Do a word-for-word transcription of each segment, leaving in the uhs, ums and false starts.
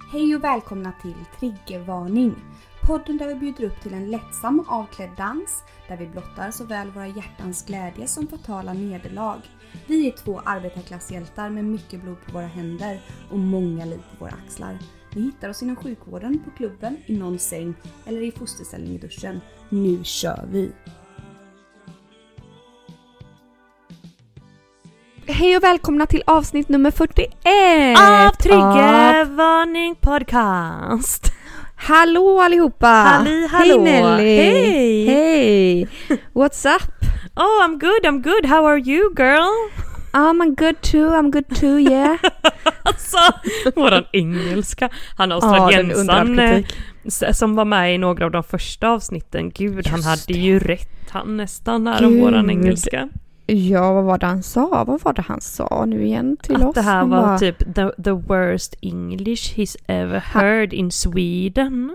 Hej och välkomna till Triggervarning. Podden där vi bjuder upp till en lättsam och avklädd dans där vi blottar såväl våra hjärtans glädje som fatala nederlag. Vi är två arbetarklasshjältar med mycket blod på våra händer och många liv på våra axlar. Ni hittar oss inom sjukvården, på klubben, i någon säng eller i fosterställning i duschen. Nu kör vi! Hej och välkomna till avsnitt nummer fyrtioett av Triggervarning podcast. Hallå allihopa! Halli, hallå! Hej Nelly! Hej! Hej! What's up? Oh, I'm good, I'm good. How are you, girl? Um, I'm good too, I'm good too, yeah. Alltså, våran engelska. Han australiensaren oh, som var med i några av de första avsnitten. Gud, Just han hade det. ju rätt. Han nästan här om våran engelska. Ja, vad var det han sa? Vad var det han sa nu igen till att oss? Att det här han var bara... typ the, the worst English he's ever heard in Sweden.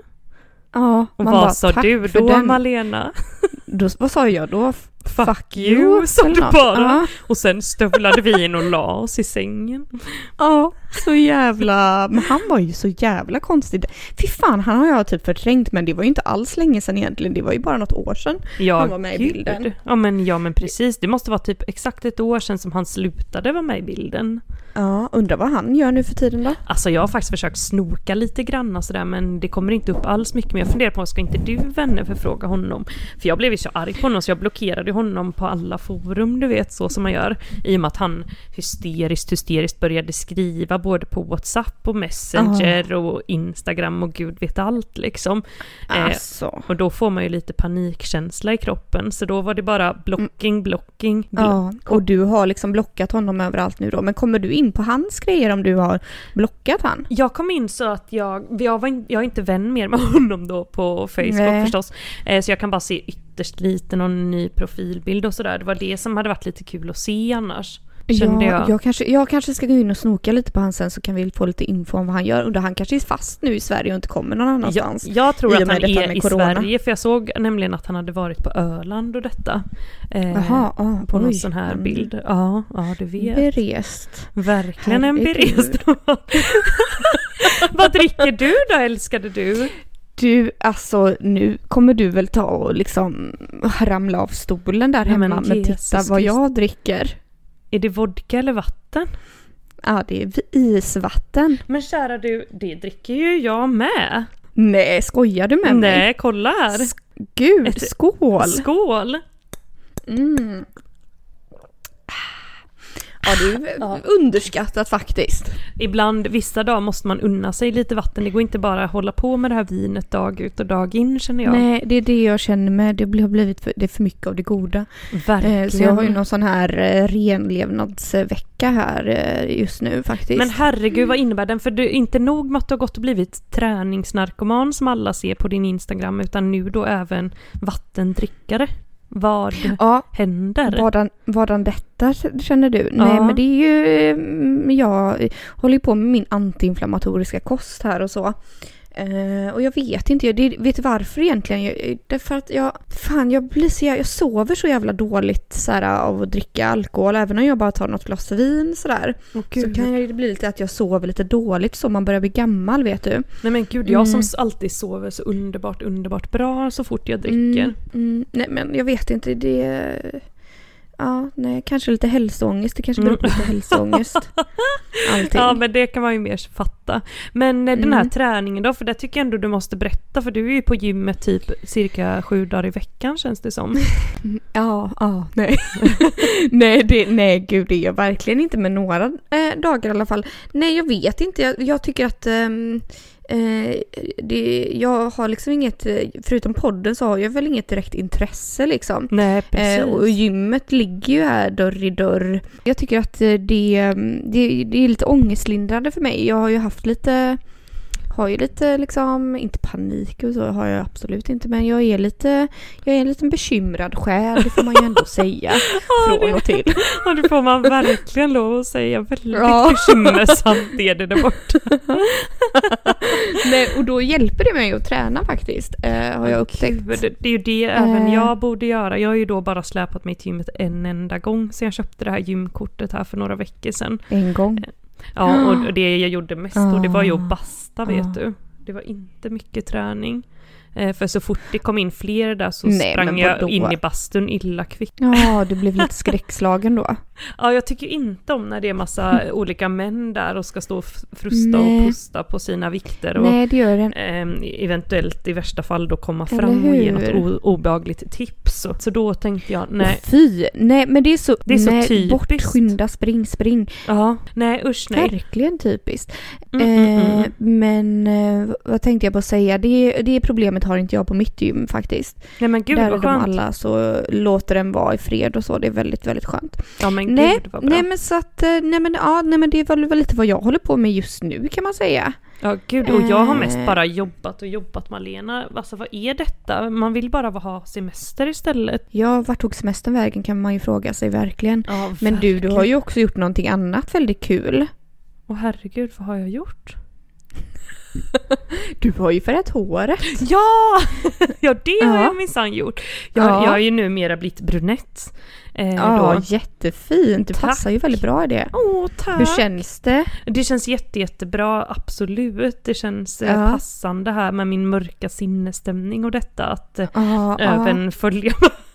Ja, och vad bara, sa du då, den... Malena? Då, vad sa jag då? Fuck, Fuck you, you sa du bara. Ja. Och sen stövlade vi in och la oss i sängen. Ja, så jävla... Men han var ju så jävla konstig. Fy fan, han har jag typ förträngt, men det var ju inte alls länge sedan egentligen. Det var ju bara något år sedan ja, han var med gud. i bilden. Ja men, ja, men precis. Det måste vara typ exakt ett år sedan som han slutade vara med i bilden. Ja, undrar vad han gör nu för tiden då? Alltså jag har faktiskt försökt snoka lite grann och sådär, men det kommer inte upp alls mycket. Men jag funderar på, ska inte du vänner förfråga honom? För jag blev ju så arg på honom så jag blockerade honom på alla forum, du vet, så som man gör. I och med att han hysteriskt, hysteriskt började skriva både på WhatsApp och Messenger oh. och Instagram och gud vet allt liksom. Alltså. Eh, och då får man ju lite panikkänsla i kroppen. Så då var det bara blocking, blocking, block. Ja, och du har liksom blockat honom överallt nu då. Men kommer du in på hans grejer om du har blockat han? Jag kom in så att jag, jag, var in, jag är inte vän mer med honom då på Facebook Nej. förstås. Eh, så jag kan bara se ytterst lite någon ny profilbild och sådär. Det var det som hade varit lite kul att se annars. Ja, jag. Jag, kanske, jag kanske ska gå in och snoka lite på han sen så kan vi få lite info om vad han gör. Och han kanske är fast nu i Sverige och inte kommer någon annanstans. Jag, jag tror att han är i corona. Sverige, för jag såg nämligen att han hade varit på Öland och detta. Eh, Jaha, ah, på oj. någon sån här bild. Ja, ja du vet. Berest. Verkligen en berest. Vad dricker du då, älskade du? Du, alltså nu kommer du väl ta och liksom ramla av stolen där hemma, men, men titta vad jag dricker. Är det vodka eller vatten? Ja, det är isvatten. Men kära du, det dricker ju jag med. Nej, skojar du med mig? Nej, kolla här. S- Gud, Ett, skål. Skål. Mm. Ja, det är ja. underskattat faktiskt. Ibland, vissa dagar måste man unna sig lite vatten. Det går inte bara att hålla på med det här vinet dag ut och dag in, känner jag. Nej, det är det jag känner med. Det har blivit för, det är för mycket av det goda. Verkligen. Så jag har ju någon sån här renlevnadsvecka här just nu faktiskt. Men herregud, vad innebär den? För du inte nog med att du har gått och blivit träningsnarkoman som alla ser på din Instagram, utan nu då även vattendrickare. Vad ja, händer? Vadan, vadan detta känner du? Ja. Nej, men det är ju... Jag håller på med min antiinflammatoriska kost här och så. Uh, och jag vet inte, jag det, vet varför egentligen. Jag, därför att jag... Fan, jag, blir så, jag sover så jävla dåligt så här, av att dricka alkohol. Även om jag bara tar något glas vin sådär. Oh, så kan det bli lite att jag sover lite dåligt så man börjar bli gammal, vet du. Nej men gud, jag mm. som alltid sover så underbart, underbart bra så fort jag dricker. Mm, mm, nej men jag vet inte, det... Ja, nej, kanske lite hälsoångest. Det kanske beror på lite hälsoångest. Allting. Ja, men det kan man ju mer fatta. Men mm. den här träningen då, för det tycker jag ändå du måste berätta, för du är ju på gymmet typ cirka sju dagar i veckan, känns det som. Ja, ja, nej. nej, det, nej, gud, det är jag verkligen inte, med några eh, dagar i alla fall. Nej, jag vet inte. Jag, jag tycker att... Um, Eh, det, jag har liksom inget, förutom podden så har jag väl inget direkt intresse liksom. Nej, precis. Eh, och gymmet ligger ju här dörr i dörr. Jag tycker att det, det, det är lite ångestlindrande för mig. Jag har ju haft lite har ju lite liksom, inte panik och så har jag absolut inte, men jag är lite jag är en liten bekymrad själ, det får man ju ändå säga från och till. Och det får man verkligen lov att säga, väldigt ja. bekymmersamt är det där borta. Nej, och då hjälper det mig att träna faktiskt, eh, har jag upptäckt. Det, det är ju det även eh. jag borde göra. Jag har ju då bara släpat mig till gymmet en enda gång, så jag köpte det här gymkortet här för några veckor sedan. En gång? Ja, och, och det jag gjorde mest Ah. då, det var ju att basta, vet Ah. du. Det var inte mycket träning. Eh, för så fort det kom in fler där så Nej, sprang men jag vadå? in i bastun illa kvickt. Ja, du blev lite skräckslagen då. Ja, jag tycker inte om när det är massa olika män där och ska stå och f- frusta Nej. och pusta på sina vikter och Nej, det gör den. eh, eventuellt i värsta fall då komma Eller fram och ge något hur? o- obehagligt tips. Så, så då tänkte jag, nej. Fy, nej men det är så, Det är så nej, typiskt. bort, skynda, spring, spring. Ja, nej usch nej. Verkligen typiskt. Mm, mm, eh, mm. Men eh, vad tänkte jag på att säga? Det, det problemet har inte jag på mitt gym faktiskt. Nej men gud Där är vad de skönt. alla så låter den vara i fred och så. Det är väldigt, väldigt skönt. Ja men Nej, gud vad bra. nej men så att, eh, nej men, ja, nej men det är väl, väl lite vad jag håller på med just nu kan man säga. Ja gud, och jag har mest Eh. bara jobbat och jobbat, Malena. Alltså vad är detta? Man vill bara ha semester istället. Ja, vart tog semestern vägen kan man ju fråga sig verkligen. Ja, Men du, du har ju också gjort någonting annat väldigt kul. Åh herregud, vad har jag gjort? Du har ju färgat håret. Ja! Ja, det har Ja. jag minsann gjort. Jag, Ja. jag har ju numera blivit brunett. Eh, Ja, då. jättefint. Du Tack. passar ju väldigt bra i det. Åh, tack. Hur känns det? Det känns jätte, jättebra, absolut. Det känns eh, Ja. passande här med min mörka sinnesstämning och detta att eh, Ja, ja. även följa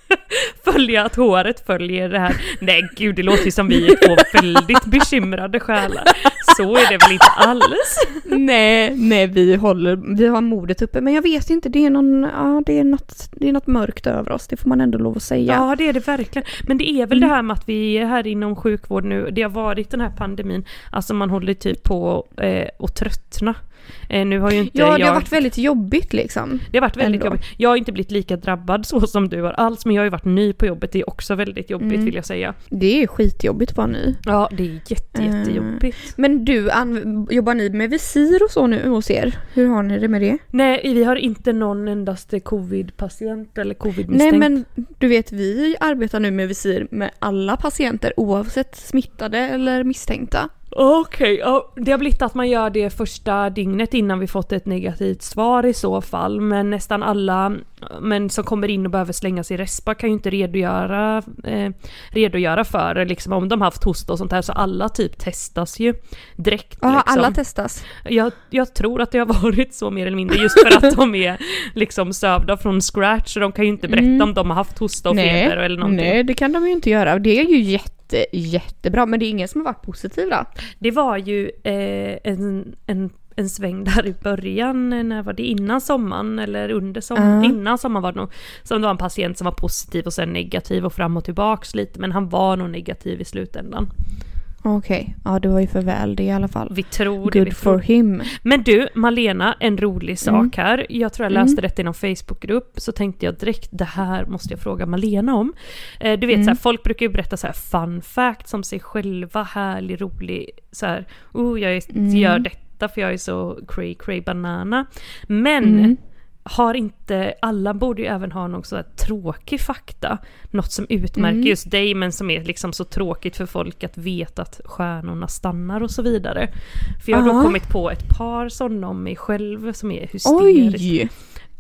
följa att håret följer det här. Nej gud, det låter ju som vi är två väldigt bekymrade själar. Så är det väl inte alls. Nej, nej, vi håller, vi har modet uppe. Men jag vet inte, det är någon, ja, det är något, det är något mörkt över oss. Det får man ändå lov att säga. Ja, det är det verkligen. Men det är väl Mm. det här med att vi är här inom sjukvård nu. Det har varit den här pandemin. Alltså man håller typ på eh, att tröttna. Eh, nu har ju inte Ja, det jag... har varit väldigt jobbigt liksom. Det har varit väldigt ändå. jobbigt. Jag har inte blivit lika drabbad så som du har alls, men jag har ju varit ny på jobbet. Det är också väldigt jobbigt Mm. vill jag säga. Det är skitjobbigt att vara ny. Ja, det är jätte, Mm. jättejobbigt. Men du, an- jobbar ni med visir och så nu hos er? Hur har ni det med det? Nej, vi har inte någon endaste covid-patient eller covid-misstänkt. Nej, men du vet, vi arbetar nu med visir med alla patienter oavsett smittade eller misstänkta. Okej, ja, det har blivit att man gör det första dygnet innan vi fått ett negativt svar i så fall. Men nästan alla men som kommer in och behöver slänga sig i respa kan ju inte redogöra, eh, redogöra för liksom, om de har haft hosta och sånt här. Så alla typ testas ju direkt. Ja, liksom. alla testas. Jag, jag tror att det har varit så mer eller mindre just för att de är liksom sövda från scratch. Så de kan ju inte berätta Mm. om de har haft hosta och Nej, feber eller någonting. nej, det kan de ju inte göra. Det är ju jätte, jättebra. Men det är ingen som har varit positiv då? Det var ju eh, en, en, en sväng där i början, när var det innan sommaren eller under sommaren, Uh. innan sommaren var det nog, som det var en patient som var positiv och sen negativ och fram och tillbaks lite, men han var nog negativ i slutändan. Okej, okay. Ja, det var ju för väl det i alla fall. Vi tror det. Good Vi for tror. him. Men du, Malena, en rolig sak Mm. här. Jag tror jag läste Mm. rätt i någon Facebookgrupp, så tänkte jag direkt, det här måste jag fråga Malena om. Eh, du vet, Mm. så här, folk brukar ju berätta så här fun fact som sig själva, härlig, rolig, så här, oh, jag är, Mm. gör detta för jag är så cray cray banana. Men Mm. har inte, alla borde ju även ha någon så här tråkig fakta. Något som utmärker Mm. just dig, men som är liksom så tråkigt för folk att veta att stjärnorna stannar och så vidare. För jag har Ja. då kommit på ett par sådana om mig själv som är hysteriskt. Oj!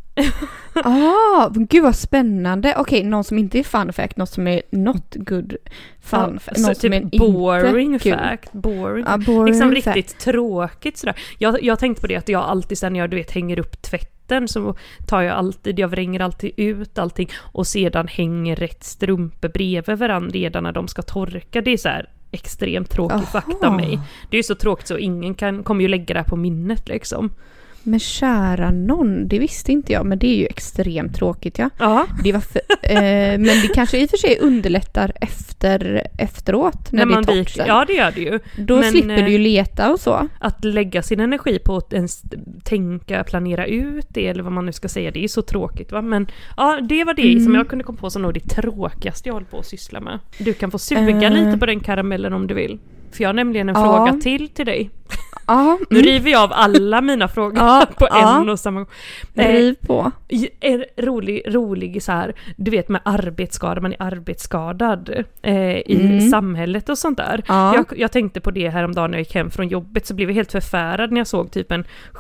Ah, gud vad spännande. Okej, någon som inte är fun fact, något som är not good fun Ja, fact. så Något som är typ inte boring kul. fact. Boring. Ja, boring liksom fact. riktigt tråkigt sådär. Jag, jag tänkte på det att jag alltid sen jag du vet hänger upp tvätten så tar jag alltid, jag vränger alltid ut allting och sedan hänger rätt strumpor bredvid varandra redan när de ska torka. Det är så här extremt tråkig Aha. fakta mig. Det är ju så tråkigt så ingen kan, kommer ju lägga det här på minnet liksom. Men kära någon, det visste inte jag, men det är ju extremt tråkigt, ja. Ja. Det var för, eh, men det kanske i och för sig underlättar efter, efteråt när, När det är man torrt viker, sen. ja det gör det ju. Då men, slipper du ju eh, leta och så. Att lägga sin energi på att ens tänka, planera ut det eller vad man nu ska säga, det är ju så tråkigt va. Men ja, det var det Mm. som jag kunde komma på som nog det tråkigaste jag håller på att syssla med. Du kan få suga Eh. lite på den karamellen om du vill. För jag har nämligen en Ja. fråga till till dig. Ja, Nu mm. river jag av alla mina frågor Ja, på ja. en och samma gång. Eh, Riv på. En rolig, rolig så här, du vet med arbetsskada, man är arbetsskadad eh, i Mm. samhället och sånt där. Ja. Jag, jag tänkte på det häromdagen när jag gick hem från jobbet så blev jag helt förfärad när jag såg typ en sjuttio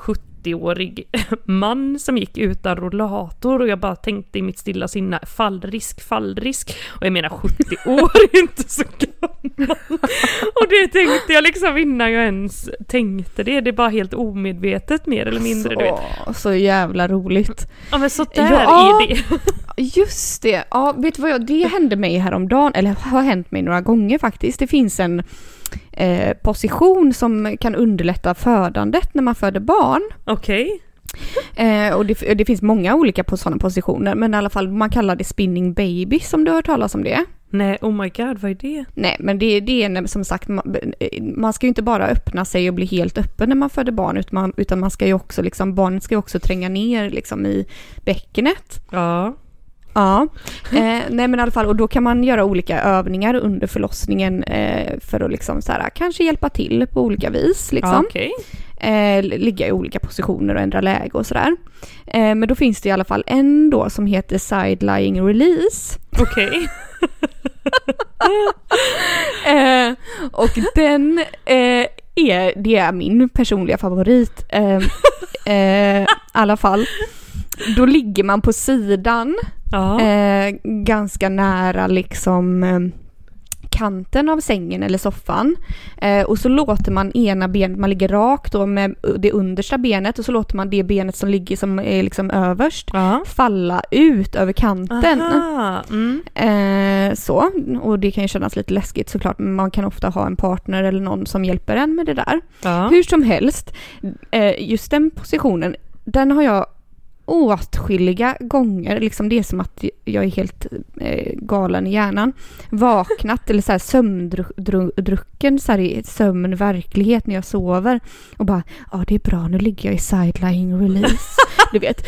sjuttioårig man som gick utan rollator och jag bara tänkte i mitt stilla sinne, fallrisk, fallrisk. Och jag menar sjuttio år är inte så gammal. Och det tänkte jag liksom innan jag ens tänkte det. Det är bara helt omedvetet mer eller mindre. Så, du vet. Så jävla roligt. Ja men så där ja, är det. Just det. Ja, vet du vad jag, det hände mig häromdagen, eller har hänt mig några gånger faktiskt. Det finns en eh, position som kan underlätta födandet när man föder barn. Okej. Eh, och det, det finns många olika på sådana positioner, men i alla fall man kallar det spinning baby, som du har hört talas om det. Nej, oh my god, vad är det? Nej, men det, det är som sagt, man, man ska ju inte bara öppna sig och bli helt öppen när man föder barn, utan man, utan man ska ju också liksom, barnet ska ju också tränga ner liksom i bäckenet. Ja. Ja, eh, nej men i alla fall, och då kan man göra olika övningar under förlossningen eh, för att liksom så här, kanske hjälpa till på olika vis liksom. Ja, okej. Eh, ligga i olika positioner och ändra läge och sådär. Eh, men då finns det i alla fall en då som heter side lying release. Okej. eh, och den eh, är, det är min personliga favorit. Eh, eh, i alla fall. Då ligger man på sidan eh, ganska nära liksom eh, kanten av sängen eller soffan. Eh, och så låter man ena benet, man ligger rakt då med det understa benet, och så låter man det benet som ligger som är liksom överst ja. falla ut över kanten. Mm. Eh, så, och det kan ju kännas lite läskigt såklart, men man kan ofta ha en partner eller någon som hjälper en med det där. Ja. Hur som helst, eh, just den positionen, den har jag åtskilliga gånger, liksom det är som att jag är helt eh, galen i hjärnan, vaknat eller så här sömndrucken så här i sömn verklighet när jag sover och bara, ja det är bra, nu ligger jag i side lying release, du vet.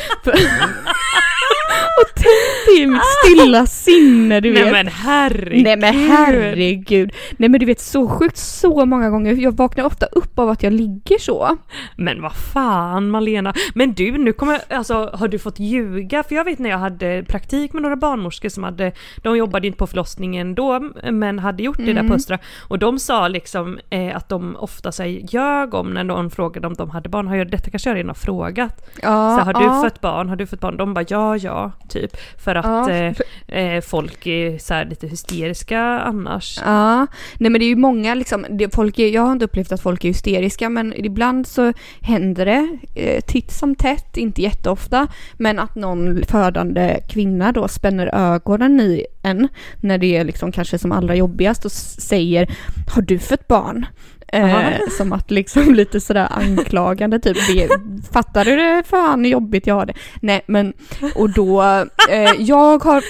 Och tänkte i mitt stilla sinne, du vet. Nej men herregud. Nej men herregud. Nej men du vet, så sjukt så många gånger. Jag vaknar ofta upp av att jag ligger så. Men vad fan Malena. Men du, nu kommer, alltså har du fått ljuga? För jag vet när jag hade praktik med några barnmorskor som hade, de jobbade inte på förlossningen då, men hade gjort det mm. där på Östra. Och de sa liksom eh, att de ofta säger ljög om när någon frågade om de hade barn. Har jag, detta kanske jag redan har frågat. Ja, så har du ja. fått barn? Har du fått barn? De bara ja, ja. Typ, för att ja. eh, eh, folk är så här lite hysteriska annars. Ja, nej men det är ju många liksom, det, folk är, jag har inte upplevt att folk är hysteriska, men ibland så händer det eh, titt som tätt, inte jätteofta, men att någon födande kvinna då spänner ögonen i en när det är liksom kanske som allra jobbigast och säger, har du fått barn? Eh, som att liksom lite sådär anklagande typ, fattar du det, fan hur jobbigt jag har det. Nej men, och då eh, jag har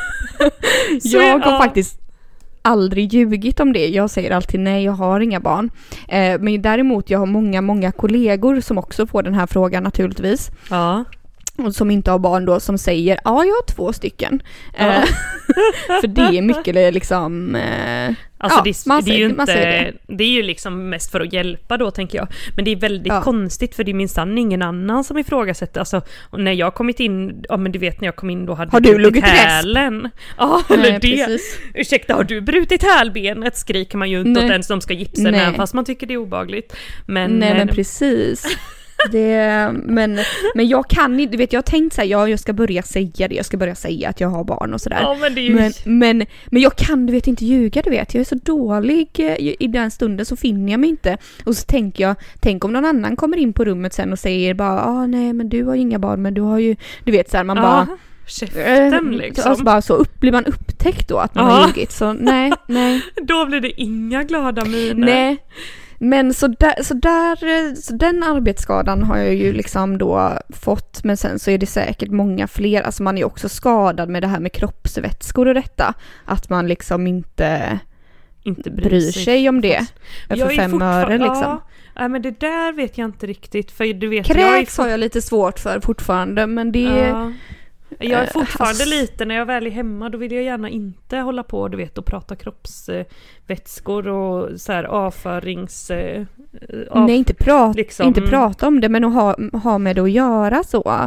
jag har faktiskt aldrig ljugit om det. Jag säger alltid nej, jag har inga barn. Eh, men däremot jag har många, många kollegor som också får den här frågan naturligtvis. Ja. Och som inte har barn då, som säger, ja jag har två stycken. Ja. Eh, för det är mycket liksom... Eh, Alltså ja, det, man det, är ju säger, inte, det. det är ju liksom mest för att hjälpa då tänker jag. Men det är väldigt ja. konstigt för det är minsann ingen annan som ifrågasätter. Alltså när jag kommit in, ja men du vet när jag kom in då hade har du brutit hälen. Ja, eller det. Precis. Ursäkta, har du brutit hälbenet? Skriker man ju inte åt den som ska gipsa den, även fast man tycker det är obehagligt. Men, Nej men precis. Det, men, men jag kan inte, du vet jag har tänkt så här, ja, jag ska börja säga det, jag ska börja säga att jag har barn och sådär. Ja, men, det är ju... men, men, men jag kan du vet inte ljuga, du vet, jag är så dålig i den stunden så finner jag mig inte. Och så tänker jag, tänk om någon annan kommer in på rummet sen och säger bara, ah, nej men du har ju inga barn, men du har ju, du vet så här, man ja. bara Käften liksom. Alltså bara så upp, blir man upptäckt då att man ja. har ljugit, så nej, nej. Då blir det inga glada miner. Nej. Men så, där, så, där, så den arbetsskadan har jag ju liksom då fått, men sen så är det säkert många fler, alltså man är ju också skadad med det här med kroppsvätskor och detta, att man liksom inte, inte bryr, bryr sig, sig om det för fem öre liksom. Ja, men det där vet jag inte riktigt, för du vet Kräks jag fort... har jag lite svårt för fortfarande, men det ja. Jag är fortfarande alltså, lite, när jag väl är hemma då vill jag gärna inte hålla på, du vet, och prata kroppsvätskor och så här avförings... Av, nej, inte, prat, liksom. inte prata om det, men att ha, ha med det att göra så.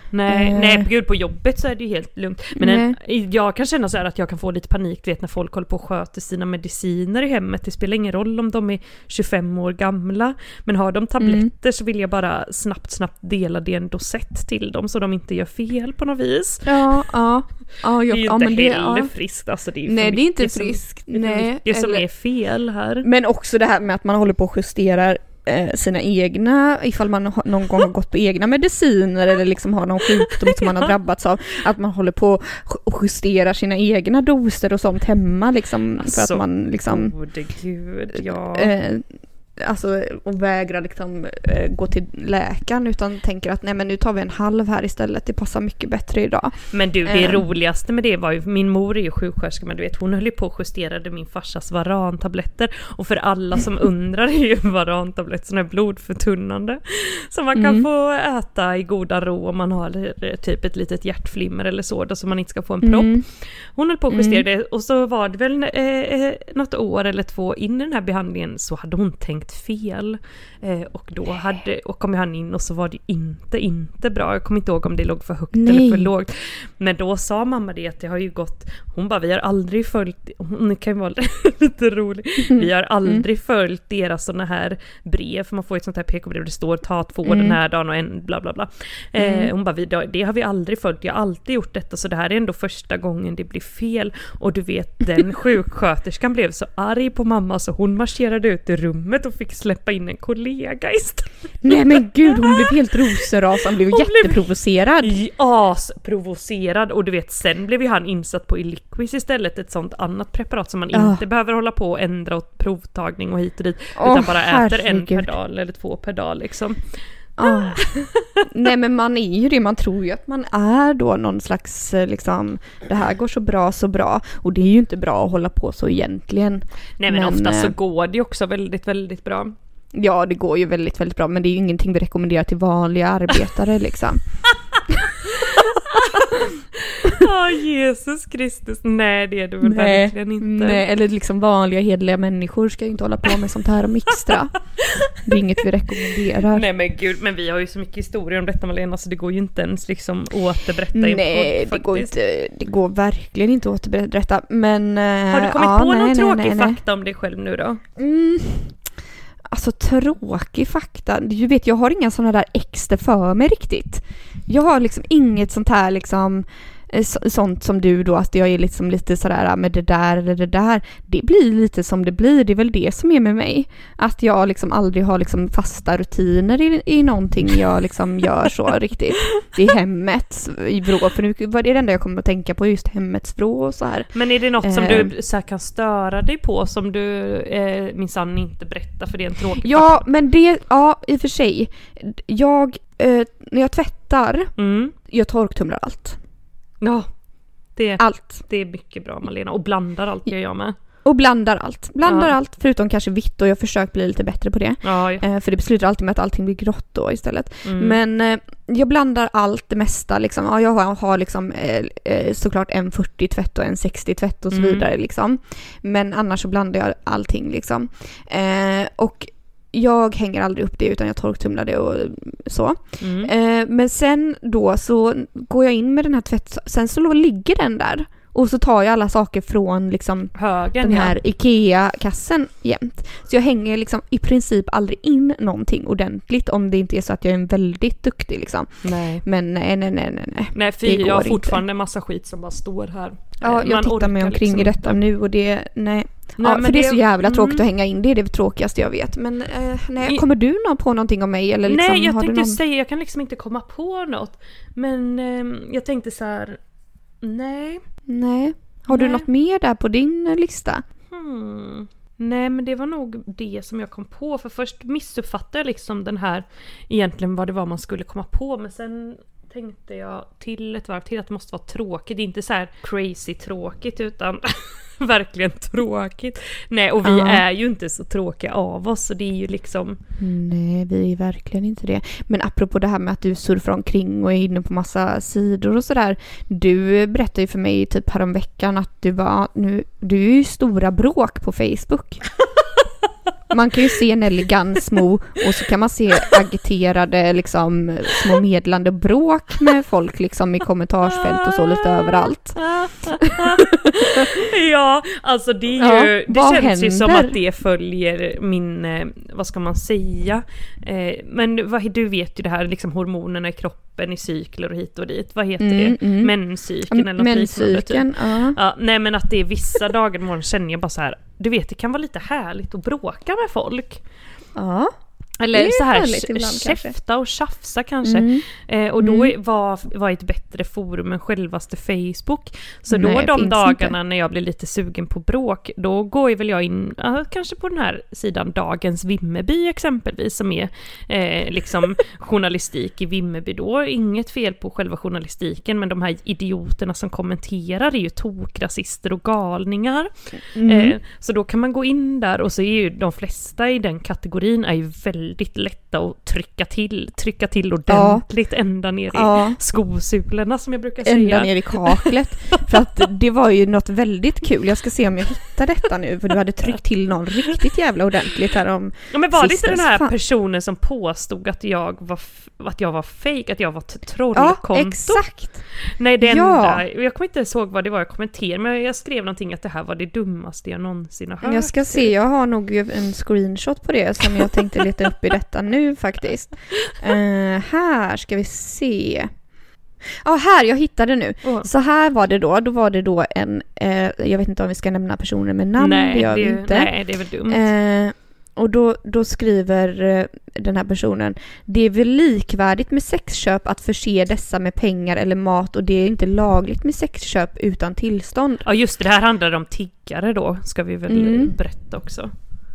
Nej, eh. nej, gud, på jobbet så är det ju helt lugnt. Men en, jag kan känna så här att jag kan få lite panik, vet, när folk håller på och sköter sina mediciner i hemmet. Det spelar ingen roll om de är tjugofem år gamla. Men har de tabletter mm. så vill jag bara snabbt, snabbt dela det en dosett till dem så de inte gör fel på något vis. Ja, ja. Ja, jag, det är ju ja, inte men det, heller ja. friskt. Alltså det är nej, det är inte friskt. Som, nej, det är mycket som är fel här. Men också det här med att man håller på och justerar eh, sina egna, ifall man har, någon gång har gått på egna mediciner eller liksom har någon sjukdom som man har drabbats av. Att man håller på och justerar sina egna doser och sånt hemma liksom, alltså, för att man liksom... gode gud, ja... Eh, alltså, och vägrar liksom eh, gå till läkaren utan tänker att nej, men nu tar vi en halv här istället, det passar mycket bättre idag. Men du, det eh. roligaste med det var ju, min mor är ju sjuksköterska, men du vet, hon höll ju på och justerade min farsas varantabletter, och för alla som undrar är ju varantabletter som är blodförtunnande som man kan mm. få äta i goda ro om man har typ ett litet hjärtflimmer eller så, då, så man inte ska få en propp. Mm. Hon höll på och justerade mm. det, och så var det väl eh, något år eller två in i den här behandlingen så hade hon tänkt fel eh, och då hade, och kom han in och så var det inte, inte bra. Jag kommer inte ihåg om det låg för högt Nej. eller för lågt. Men då sa mamma det att det har ju gått, hon bara, vi har aldrig följt, hon kan ju vara lite rolig, vi har aldrig mm. följt deras sådana här brev, för man får ett sånt här P K-brev, det står ta två mm. den här dagen och en bla bla bla. Eh, mm. Hon bara, vi, det har vi aldrig följt, jag har alltid gjort detta, så det här är ändå första gången det blir fel. Och du vet, den sjuksköterskan blev så arg på mamma så hon marscherade ut i rummet och fick släppa in en kollega istället. Nej men gud, hon blev helt roseras, han blev hon jätteprovocerad. Blev asprovocerad, och du vet, sen blev ju han insatt på Eliquis istället, ett sånt annat preparat som man oh. inte behöver hålla på och ändra åt provtagning och hit och dit, oh, utan bara äter herregud. en per dag eller två per dag liksom. Oh. Nej men man är ju det, man tror ju att man är då någon slags liksom, det här går så bra så bra, och det är ju inte bra att hålla på så egentligen. Nej men, men ofta så går det också väldigt väldigt bra. Ja, det går ju väldigt väldigt bra, men det är ju ingenting vi rekommenderar till vanliga arbetare liksom. Ja, oh, Jesus Kristus. Nej, det är det väl nej, verkligen inte. Nej, eller liksom vanliga hedliga människor ska ju inte hålla på med sånt här och mixtra. Det är inget vi rekommenderar. Nej men gud, men vi har ju så mycket historia om detta, Malena, så det går ju inte ens liksom återberätta. Nej, det går inte, det går verkligen inte återberätta, men... Har du kommit ja, på nej, någon nej, tråkig nej, nej. fakta om dig själv nu då? Mm. Alltså tråkig fakta. Du vet, jag har inga sådana där extra för mig riktigt. Jag har liksom inget sånt här liksom så, sånt som du då, att jag är liksom lite sådär med det där eller det där. Det blir lite som det blir. Det är väl det som är med mig. Att jag liksom aldrig har liksom fasta rutiner i, i någonting jag liksom gör så riktigt. Det är hemmets i vrå. För nu var det det enda jag kommer att tänka på, just hemmets vrå och så här. Men är det något som eh, du så här, kan störa dig på som du eh, minsann inte berättar, för det är en tråkig Ja, faktor. Men det, ja i och för sig. Jag, eh, när jag tvättar, mm. jag torktumlar allt. Ja, det, allt. Det är mycket bra, Malena. Och blandar allt gör jag med. Och blandar allt. Blandar ja. allt, förutom kanske vitt, och jag försöker bli lite bättre på det. Ja, ja. Eh, för det beslutar alltid med att allting blir grått då istället. Mm. Men eh, jag blandar allt, det mesta. Liksom. Ja, jag har, har liksom, eh, såklart en fyrtio tvätt och en sextio tvätt och så mm. vidare. Liksom. Men annars så blandar jag allting. Liksom. Eh, och jag hänger aldrig upp det, utan jag torktumlar det och så. Mm. Eh, men sen då så går jag in med den här tvätt, sen så ligger den där. Och så tar jag alla saker från liksom högen, den här ja. IKEA-kassen jämt. Så jag hänger liksom i princip aldrig in någonting ordentligt, om det inte är så att jag är väldigt duktig liksom. Nej. Men nej, nej, nej, nej. Nej, för jag har fortfarande en massa skit som bara står här. Ja, jag Man tittar mig omkring liksom i detta inte. nu och det, nej. Nej, ja, för det, det är så jävla tråkigt mm. att hänga in. Det är det tråkigaste jag vet. Men eh, nej, kommer du någon på någonting om mig? Eller liksom, nej, jag har tänkte du någon... säga, jag kan liksom inte komma på något. Men eh, jag tänkte så här, nej. Nej. Har nej. du något mer där på din lista? Hmm. Nej, men det var nog det som jag kom på. För först missuppfattade jag liksom den här, egentligen vad det var man skulle komma på. Men sen tänkte jag till ett varv till att det måste vara tråkigt. Det är inte så här crazy tråkigt, utan verkligen tråkigt. Nej, och vi ja. är ju inte så tråkiga av oss, så det är ju liksom... Nej, vi är verkligen inte det. Men apropå det här med att du surfar omkring och är inne på massa sidor och sådär. Du berättade ju för mig typ häromveckan att du var... Nu, du är ju stora bråk på Facebook. Man kan ju se Nelly Gansmo och så kan man se agiterade liksom små medlande bråk med folk liksom i kommentarsfält och så lite överallt. Ja, alltså det är ju, ja, det känns händer? ju som att det följer min, vad ska man säga, eh, men vad, du vet ju det här liksom hormonerna i kroppen, i cykler och hit och dit, vad heter mm, det? Mm. Menscykeln eller något Menscykeln, liknande, typ. Ja, nej men att det är vissa dagar morgon känner jag bara så här, du vet det kan vara lite härligt att bråka med folk. Ja. Eller så här käfta och tjafsa kanske. Mm. Eh, och då mm. var, var ett bättre forum än självaste Facebook. Så Nej, då de dagarna inte. När jag blir lite sugen på bråk, då går väl jag in uh, kanske på den här sidan Dagens Vimmerby exempelvis, som är eh, liksom journalistik i Vimmerby då. Inget fel på själva journalistiken, men de här idioterna som kommenterar är ju tokrasister och galningar. Mm. Eh, så då kan man gå in där, och så är ju de flesta i den kategorin är ju väldigt väldigt lätta att trycka till, trycka till ordentligt ja. ända ner i ja. skosulorna som jag brukar säga. Ända ner i kaklet. För att det var ju något väldigt kul. Jag ska se om jag hittar detta nu, för du hade tryckt till någon riktigt jävla ordentligt här om. Ja, men var det inte den här fan. personen som påstod att jag var f- att jag var fake, att jag var ett trollkonto? Ja, exakt. Nej, det enda, ja. jag kommer inte ihåg vad det var jag kommenterade, men jag skrev någonting att det här var det dummaste jag någonsin har hört. Jag ska se, jag har nog en screenshot på det som jag tänkte leta upp i detta nu faktiskt. Uh, här ska vi se. Ja, ah, här, jag hittade nu. Oh. Så här var det då. Då var det då en, eh, jag vet inte om vi ska nämna personer med namn. Nej, det gör det, vi inte. Nej, det är väl dumt. Eh, och då, då skriver eh, den här personen: det är väl likvärdigt med sexköp att förse dessa med pengar eller mat, och det är inte lagligt med sexköp utan tillstånd. Ja, just det, det här handlar om tiggare då, ska vi väl mm. berätta också.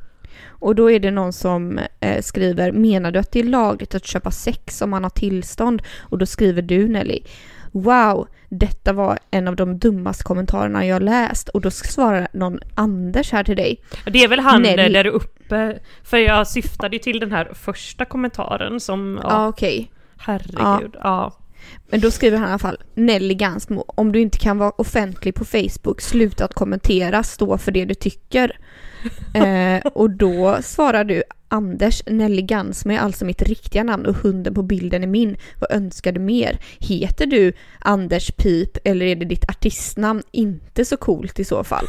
Och då är det någon som eh, skriver: menar du att det är lagligt att köpa sex om man har tillstånd? Och då skriver du, Nelly: wow, detta var en av de dummaste kommentarerna jag läst. Och då svarar någon Anders här till dig. Det är väl han Nelly. Där uppe, för jag syftade ju till den här första kommentaren som, ja, ah, okej. Okay. Herregud, ja. ja. Men då skriver han i alla fall: Nelly Gansmo, om du inte kan vara offentlig på Facebook, sluta att kommentera, stå för det du tycker. eh, och då svarar du: Anders, Nelly Gansmo är alltså mitt riktiga namn och hunden på bilden är min. Vad önskar du mer? Heter du Anders Pip eller är det ditt artistnamn? Inte så coolt i så fall.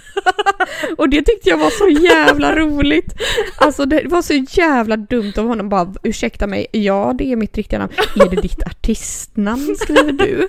Och det tyckte jag var så jävla roligt. Alltså det var så jävla dumt av honom. Bara, ursäkta mig, ja det är mitt riktiga namn. Är det ditt artistnamn, skriver du?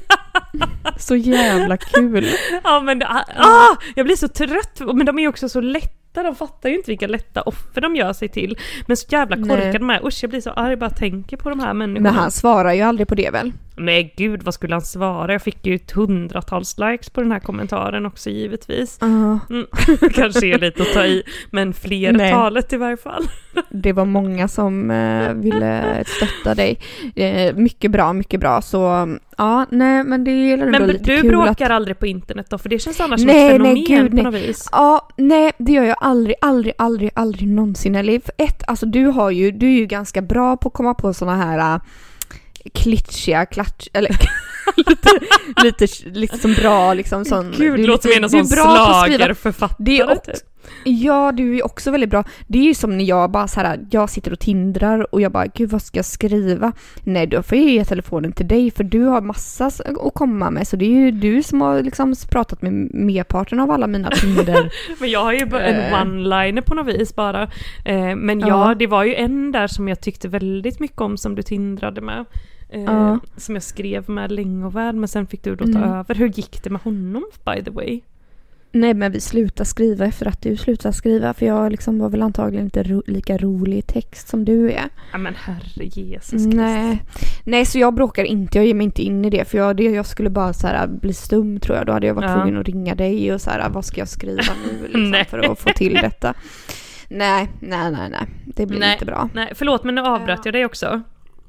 Så jävla kul. Ja, men ah, jag blir så trött. Men de är också så lätta. De fattar ju inte vilka lätta offer de gör sig till. Men så jävla korkade med. Usch, jag blir så arg bara tänker på de här människorna. Men han svarar ju aldrig på det väl? Nej gud, vad skulle han svara? Jag fick ju ett hundratals likes på den här kommentaren också givetvis. Uh. Mm. Kanske är lite att ta i, men flertalet i varje fall. Det var många som eh, ville stötta dig. Eh, mycket bra, mycket bra. Så ja, nej, men det är ändå men lite du kul bråkar att... aldrig på internet då? För det känns annars nej, som ett fenomen nej, gud, på nej. något vis. Ja, nej, det gör jag aldrig, aldrig, aldrig, aldrig någonsin. Eller för ett, alltså du har ju, du är ju ganska bra på att komma på såna här uh, klitschiga, klatsch, eller lite, lite liksom bra liksom sån. Gud, det låter som en sån slagerförfattare. Det är också, ja, du är också väldigt bra. Det är ju som när jag bara så här, jag sitter och tindrar och jag bara, gud vad ska jag skriva? Nej, då får jag ge telefonen till dig för du har massa att komma med. Så det är ju du som har liksom pratat med merparten av alla mina tinder. Men jag har ju bara en one-liner på något vis bara. Eh, men ja, ja, det var ju en där som jag tyckte väldigt mycket om som du tindrade med. Eh, ja. Som jag skrev med länge och väl, men sen fick du då ta mm. över. Hur gick det med honom, by the way? Nej, men vi slutade skriva efter att du slutade skriva. För jag liksom var väl antagligen inte ro- lika rolig i text som du är. Ja, men herre Jesus. Nej. Nej, så jag bråkar inte. Jag ger mig inte in i det. För jag, det, jag skulle bara så här, bli stum, tror jag. Då hade jag varit ja. tvungen att ringa dig och så här, vad ska jag skriva nu liksom, för att få till detta. Nej, nej, nej, nej. Det blir nej, inte bra. Nej, förlåt, men nu avbröt jag dig också.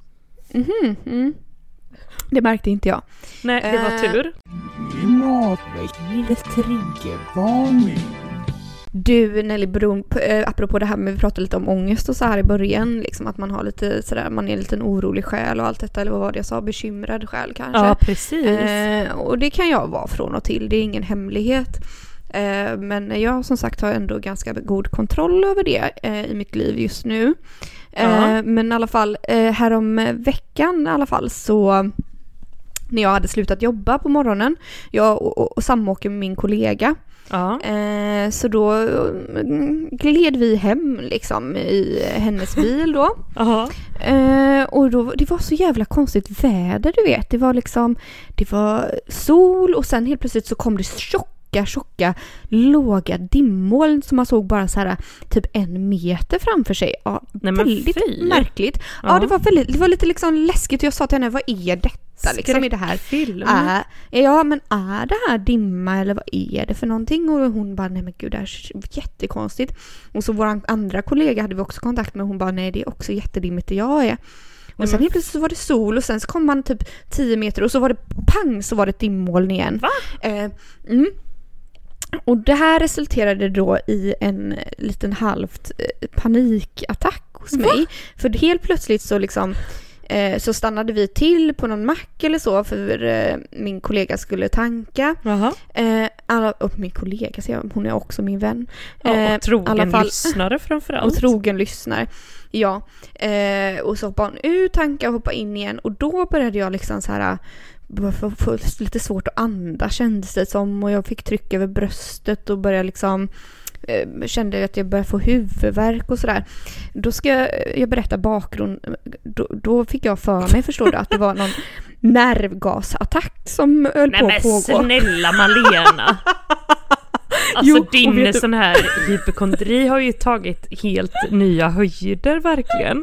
Mhm, mm. Det märkte inte jag. Nej, det var uh, tur. Du, Nelly Brun, äh, apropå det här med vi pratade lite om ångest och så här i början, liksom att man har lite sådär, man är en liten orolig själ och allt detta, eller vad var det jag sa, bekymrad själ kanske. Ja, precis. Uh, och det kan jag vara från och till, det är ingen hemlighet. Eh, men jag som sagt har ändå ganska god kontroll över det eh, i mitt liv just nu. Eh, men i alla fall, eh, härom veckan i alla fall så när jag hade slutat jobba på morgonen, jag och, och, och samåker med min kollega. Ja. Eh, så då mm, gled vi hem liksom i hennes bil då. eh, och då, det var så jävla konstigt väder, du vet. Det var liksom, det var sol och sen helt plötsligt så kom det tjocka, tjocka, låga dimmoln som man såg bara så här typ en meter framför sig. Ja, nej, väldigt märkligt. Ja, ja det, var väldigt, det var lite liksom läskigt och jag sa till henne, vad är detta? Liksom i det här är, ja men är det här dimma eller vad är det för någonting? Och hon bara, nej men gud, det här är jättekonstigt. Och så vår andra kollega hade vi också kontakt med, hon bara, nej det är också jättedimmigt där jag är. Och nej, sen helt plötsligt så var det sol och sen så kom man typ tio meter och så var det pang så var det ett dimmoln igen. Va? Eh, mm. Och det här resulterade då i en liten halvt eh, panikattack hos mig. Va? För helt plötsligt så liksom eh, så stannade vi till på någon mack eller så för eh, min kollega skulle tanka. Jaha. Eh, alla, och min kollega, så jag, hon är också min vän. Ja, och eh, trogen fall, lyssnare framförallt. Och trogen lyssnare. Ja. Eh, och så hoppade hon ut, tanka och hoppade in igen. Och då började jag liksom så här få, få lite svårt att andas kändes det som, och jag fick tryck över bröstet och började liksom eh, kände att jag började få huvudvärk och sådär. Då ska jag, jag berätta bakgrund. Då, då fick jag för mig, förstår du, att det var någon nervgasattack som höll nej, på att pågå. Nej men snälla Malena. Alltså jo, din sån här hypokondri har ju tagit helt nya höjder verkligen.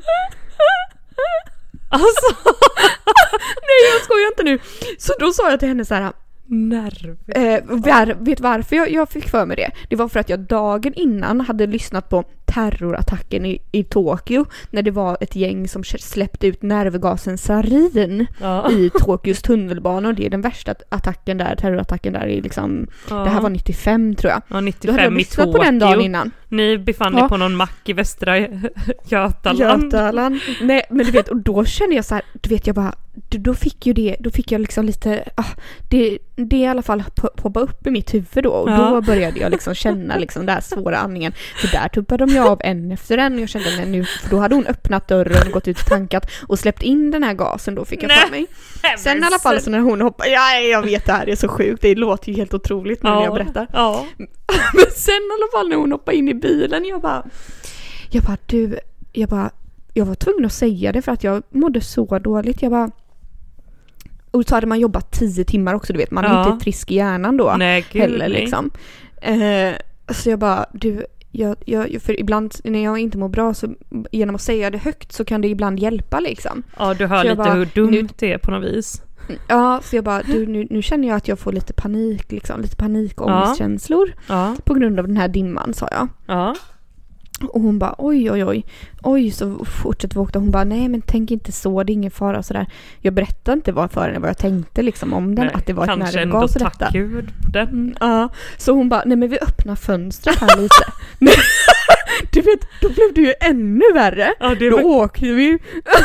Alltså nej, jag skojar inte nu. Så då sa jag till henne så här, nerv. Eh, var, vet varför jag, jag fick för mig det? Det var för att jag dagen innan hade lyssnat på terrorattacken i, i Tokyo när det var ett gäng som släppte ut nervgasen sarin ja. i Tokyos tunnelbana, och det är den värsta attacken där, terrorattacken där i liksom, ja. det här var nittiofem tror jag. Ja, nittiofem i Tokyo. På den dagen innan. Ni befann er ja. på någon mack i västra Götaland. Götaland. Nej, men du vet, och då kände jag så här, du vet jag bara, då fick ju det, då fick jag liksom lite, ah, det, det i alla fall poppa upp i mitt huvud då, och ja. då började jag liksom känna liksom den här svåra andningen, för där tuppade de jag av en efter en, och jag kände nej, nu, för då hade hon öppnat dörren, gått ut och tankat och släppt in den här gasen, då fick jag för mig. Sen i alla fall så när hon hoppade, ja jag vet det här är så sjukt, det låter ju helt otroligt nu ja. när jag berättar. Ja. Men sen i alla fall när hon hoppade in i bilen, jag bara, jag bara du, jag bara, jag var tvungen att säga det för att jag mådde så dåligt, jag bara. Och så hade man jobbat tio timmar också, du vet. Man är ja. inte frisk i hjärnan då. Nej, gud, heller liksom. Eh, så jag bara, du, jag, jag, för ibland när jag inte mår bra så genom att säga det högt så kan det ibland hjälpa liksom. Ja, du hör så lite bara, hur dumt det är på något vis. Ja, så jag bara, du, nu, nu känner jag att jag får lite panik liksom. Lite panik och ångestkänslor. Ja. På grund av den här dimman, sa jag. Ja. Och hon bara, oj, oj, oj. Oj, så fortsätter vi åka. Hon bara, nej men tänk inte så, det är ingen fara och sådär. Jag berättade inte vad för henne, vad jag tänkte liksom om den. Nej, att det var ett nervgas och detta. Tack Gud på den. Mm, ja, så hon bara, nej men vi öppnar fönstret här lite. Men, du vet, då blev det ju ännu värre. Ja, det då var... åkte vi.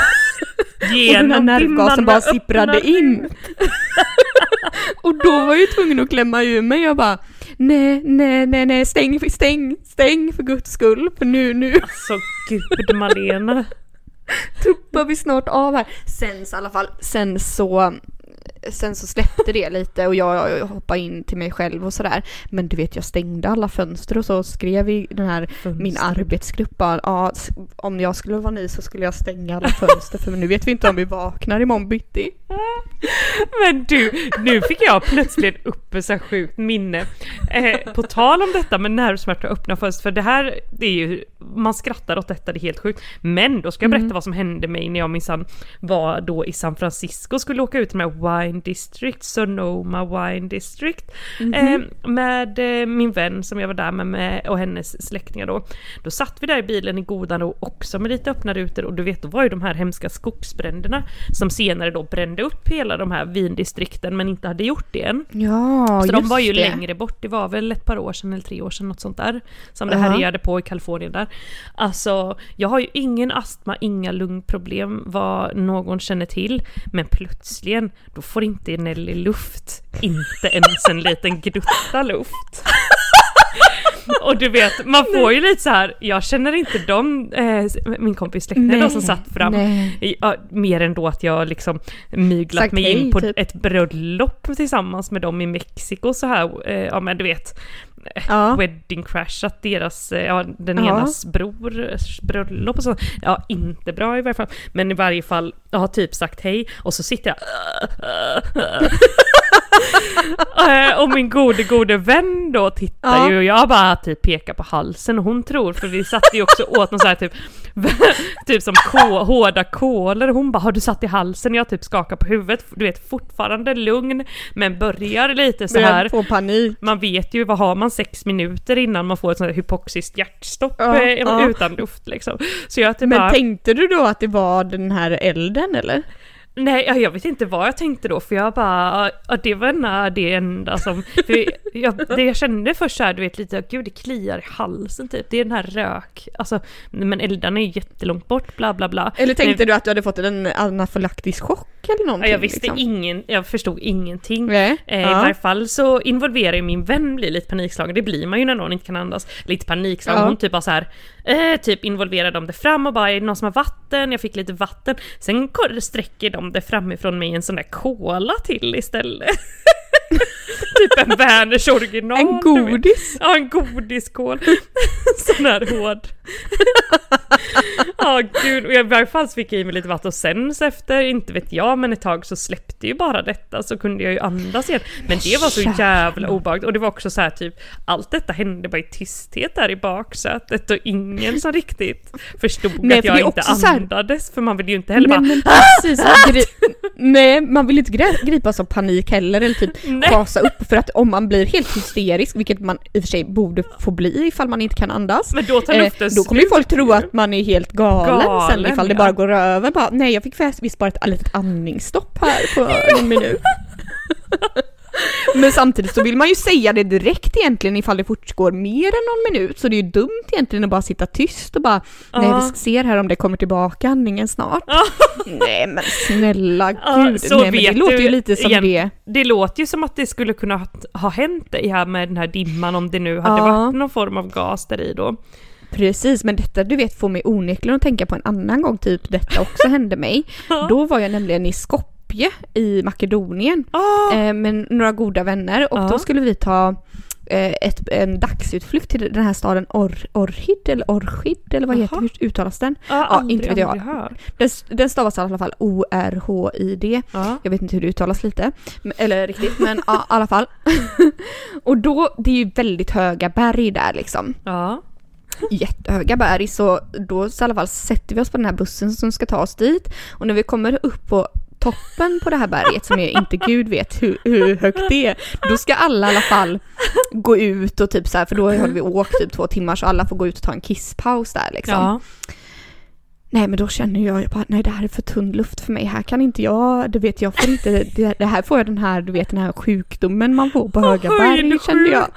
Och den här nervgasen bara sipprade in. Och då var jag ju tvungen att klämma ur mig. Jag bara, nej, nej, nej, nej, stäng, stäng, stäng för guds skull. För nu, nu. Alltså, gud Malena. Tuppar vi snart av här. Sen så i alla fall, sen så... Sen så släppte det lite och jag, jag hoppade in till mig själv och sådär. Men du vet, jag stängde alla fönster och så skrev i den här fönster. Min arbetsgrupp bara, ja, om jag skulle vara ny så skulle jag stänga alla fönster, för nu vet vi inte om vi vaknar imorgon bitti. Men du, nu fick jag plötsligt upp ett så här sjukt minne. Eh, på tal om detta med nervsmärta och öppna fönster, för det här, det är ju, man skrattar åt detta, det är helt sjukt. Men då ska jag berätta mm. vad som hände mig när jag minsann var då i San Francisco och skulle åka ut med Wine District, Sonoma Wine District, mm-hmm. eh, med eh, min vän som jag var där med, med och hennes släktingar då. Då satt vi där i bilen i godan och också med lite öppna rutor, och du vet, då var ju de här hemska skogsbränderna som senare då brände upp hela de här vindistrikten men inte hade gjort det än. Ja, så de var ju det. längre bort. Det var väl ett par år sedan eller tre år sedan, något sånt där, som det här härjade på i Kalifornien där. Alltså, jag har ju ingen astma, inga lungproblem vad någon känner till, men plötsligen då får inte Nelly luft, inte ens en liten grutta luft. Och du vet, man får ju lite så här, jag känner inte dem, eh, min kompis släkten då som satt fram, i, ja, mer än då att jag liksom myglat Sagt mig hej, in på typ. ett bröllop tillsammans med dem i Mexiko så här, eh, ja men du vet, ja. wedding crash, att deras, ja den ja. enas brors bröllop och så, ja inte bra i varje fall, men i varje fall, jag har typ sagt hej och så sitter jag och min gode gode vän då tittar ja. ju och jag bara typ pekar på halsen och hon tror, för vi satt ju också åt någon så här typ typ som kå, hårda kolor, hon bara har du satt i halsen, jag typ skakar på huvudet, du vet fortfarande lugn men börjar lite så här på panik. Man vet ju, vad har man sex minuter innan man får ett sånt här hypoxiskt hjärtstopp ja, eh, ja. utan luft liksom. Så jag typ men bara, tänkte du då att det var den här elden eller? Nej, jag vet inte vad jag tänkte då, för jag bara, att det var när det enda som, för jag, det jag kände först så här, du vet lite, gud det kliar i halsen typ, det är den här rök, alltså, men eldarna är ju jättelångt bort, bla bla bla. Eller tänkte men, du att du hade fått en anafylaktisk chock eller någonting? Jag visste liksom. ingen, jag förstod ingenting. Nej. Eh, Ja. I varje fall så involverar ju min vän blir lite panikslagen, det blir man ju när någon inte kan andas, lite panikslagen, ja. Hon typ bara så här, eh, typ involverar dem det fram och bara, är det någon som har vatten? Jag fick lite vatten, sen sträcker de det framifrån mig en sån där cola till istället. Typ en Werners original. En godis? Ja, en godiskål. Sån här hård. Ja, oh, gud. Och i varje fall så fick jag i mig lite vatten och sen så efter, inte vet jag, men ett tag så släppte ju bara detta, så kunde jag ju andas igen. Men det var så jävla obehagligt. Och det var också så här typ, allt detta hände bara i tysthet där i baksätet och ingen som riktigt förstod nej, att jag inte andades. Här... För man vill ju inte heller nej, bara... Precis, gri- nej, man vill inte gri- gripas av panik heller eller typ kasa upp, för att om man blir helt hysterisk, vilket man i och för sig borde få bli ifall man inte kan andas, men då, tar eh, då kommer ju folk tro att man är helt galen, galen sen ifall ja. det bara går över. Bara, nej, jag fick visst bara ett litet andningsstopp här på en minut. Men samtidigt så vill man ju säga det direkt egentligen ifall det fortgår mer än någon minut, så det är ju dumt egentligen att bara sitta tyst och bara, nej uh. vi ser här om det kommer tillbaka andningen snart. Uh. Nej men snälla uh, gud, nej, men det låter ju lite som igen, det. Det låter ju som att det skulle kunna ha, ha hänt det här med den här dimman, om det nu hade uh. varit någon form av gas där i då. Precis, men detta du vet får mig onekligen att tänka på en annan gång typ detta också hände mig. Uh. Då var jag nämligen i Skopje i Makedonien oh. eh, med några goda vänner och oh. då skulle vi ta eh, ett, en dagsutflykt till den här staden Or- Orhid eller Orchid eller vad Aha. heter, hur uttalas den? Ah, ja, aldrig, inte vet jag. Den, den stavas i alla fall O R H I D. Ah. Jag vet inte hur det uttalas lite, eller riktigt, men ja, i alla fall. Och då, det är ju väldigt höga berg där liksom. Ja. Ah. Jättehöga berg, så då så i alla fall sätter vi oss på den här bussen som ska ta oss dit, och när vi kommer upp på toppen på det här berget som jag inte gud vet hur, hur högt det är, då ska alla i alla fall gå ut och typ så här, för då har vi åkt typ två timmar så alla får gå ut och ta en kisspaus där liksom. Ja. Nej, men då känner jag bara, nej det här är för tunn luft för mig, här kan inte jag, du vet jag får inte, det, det här får jag den här, du vet den här sjukdomen man får på höga berg, kände jag.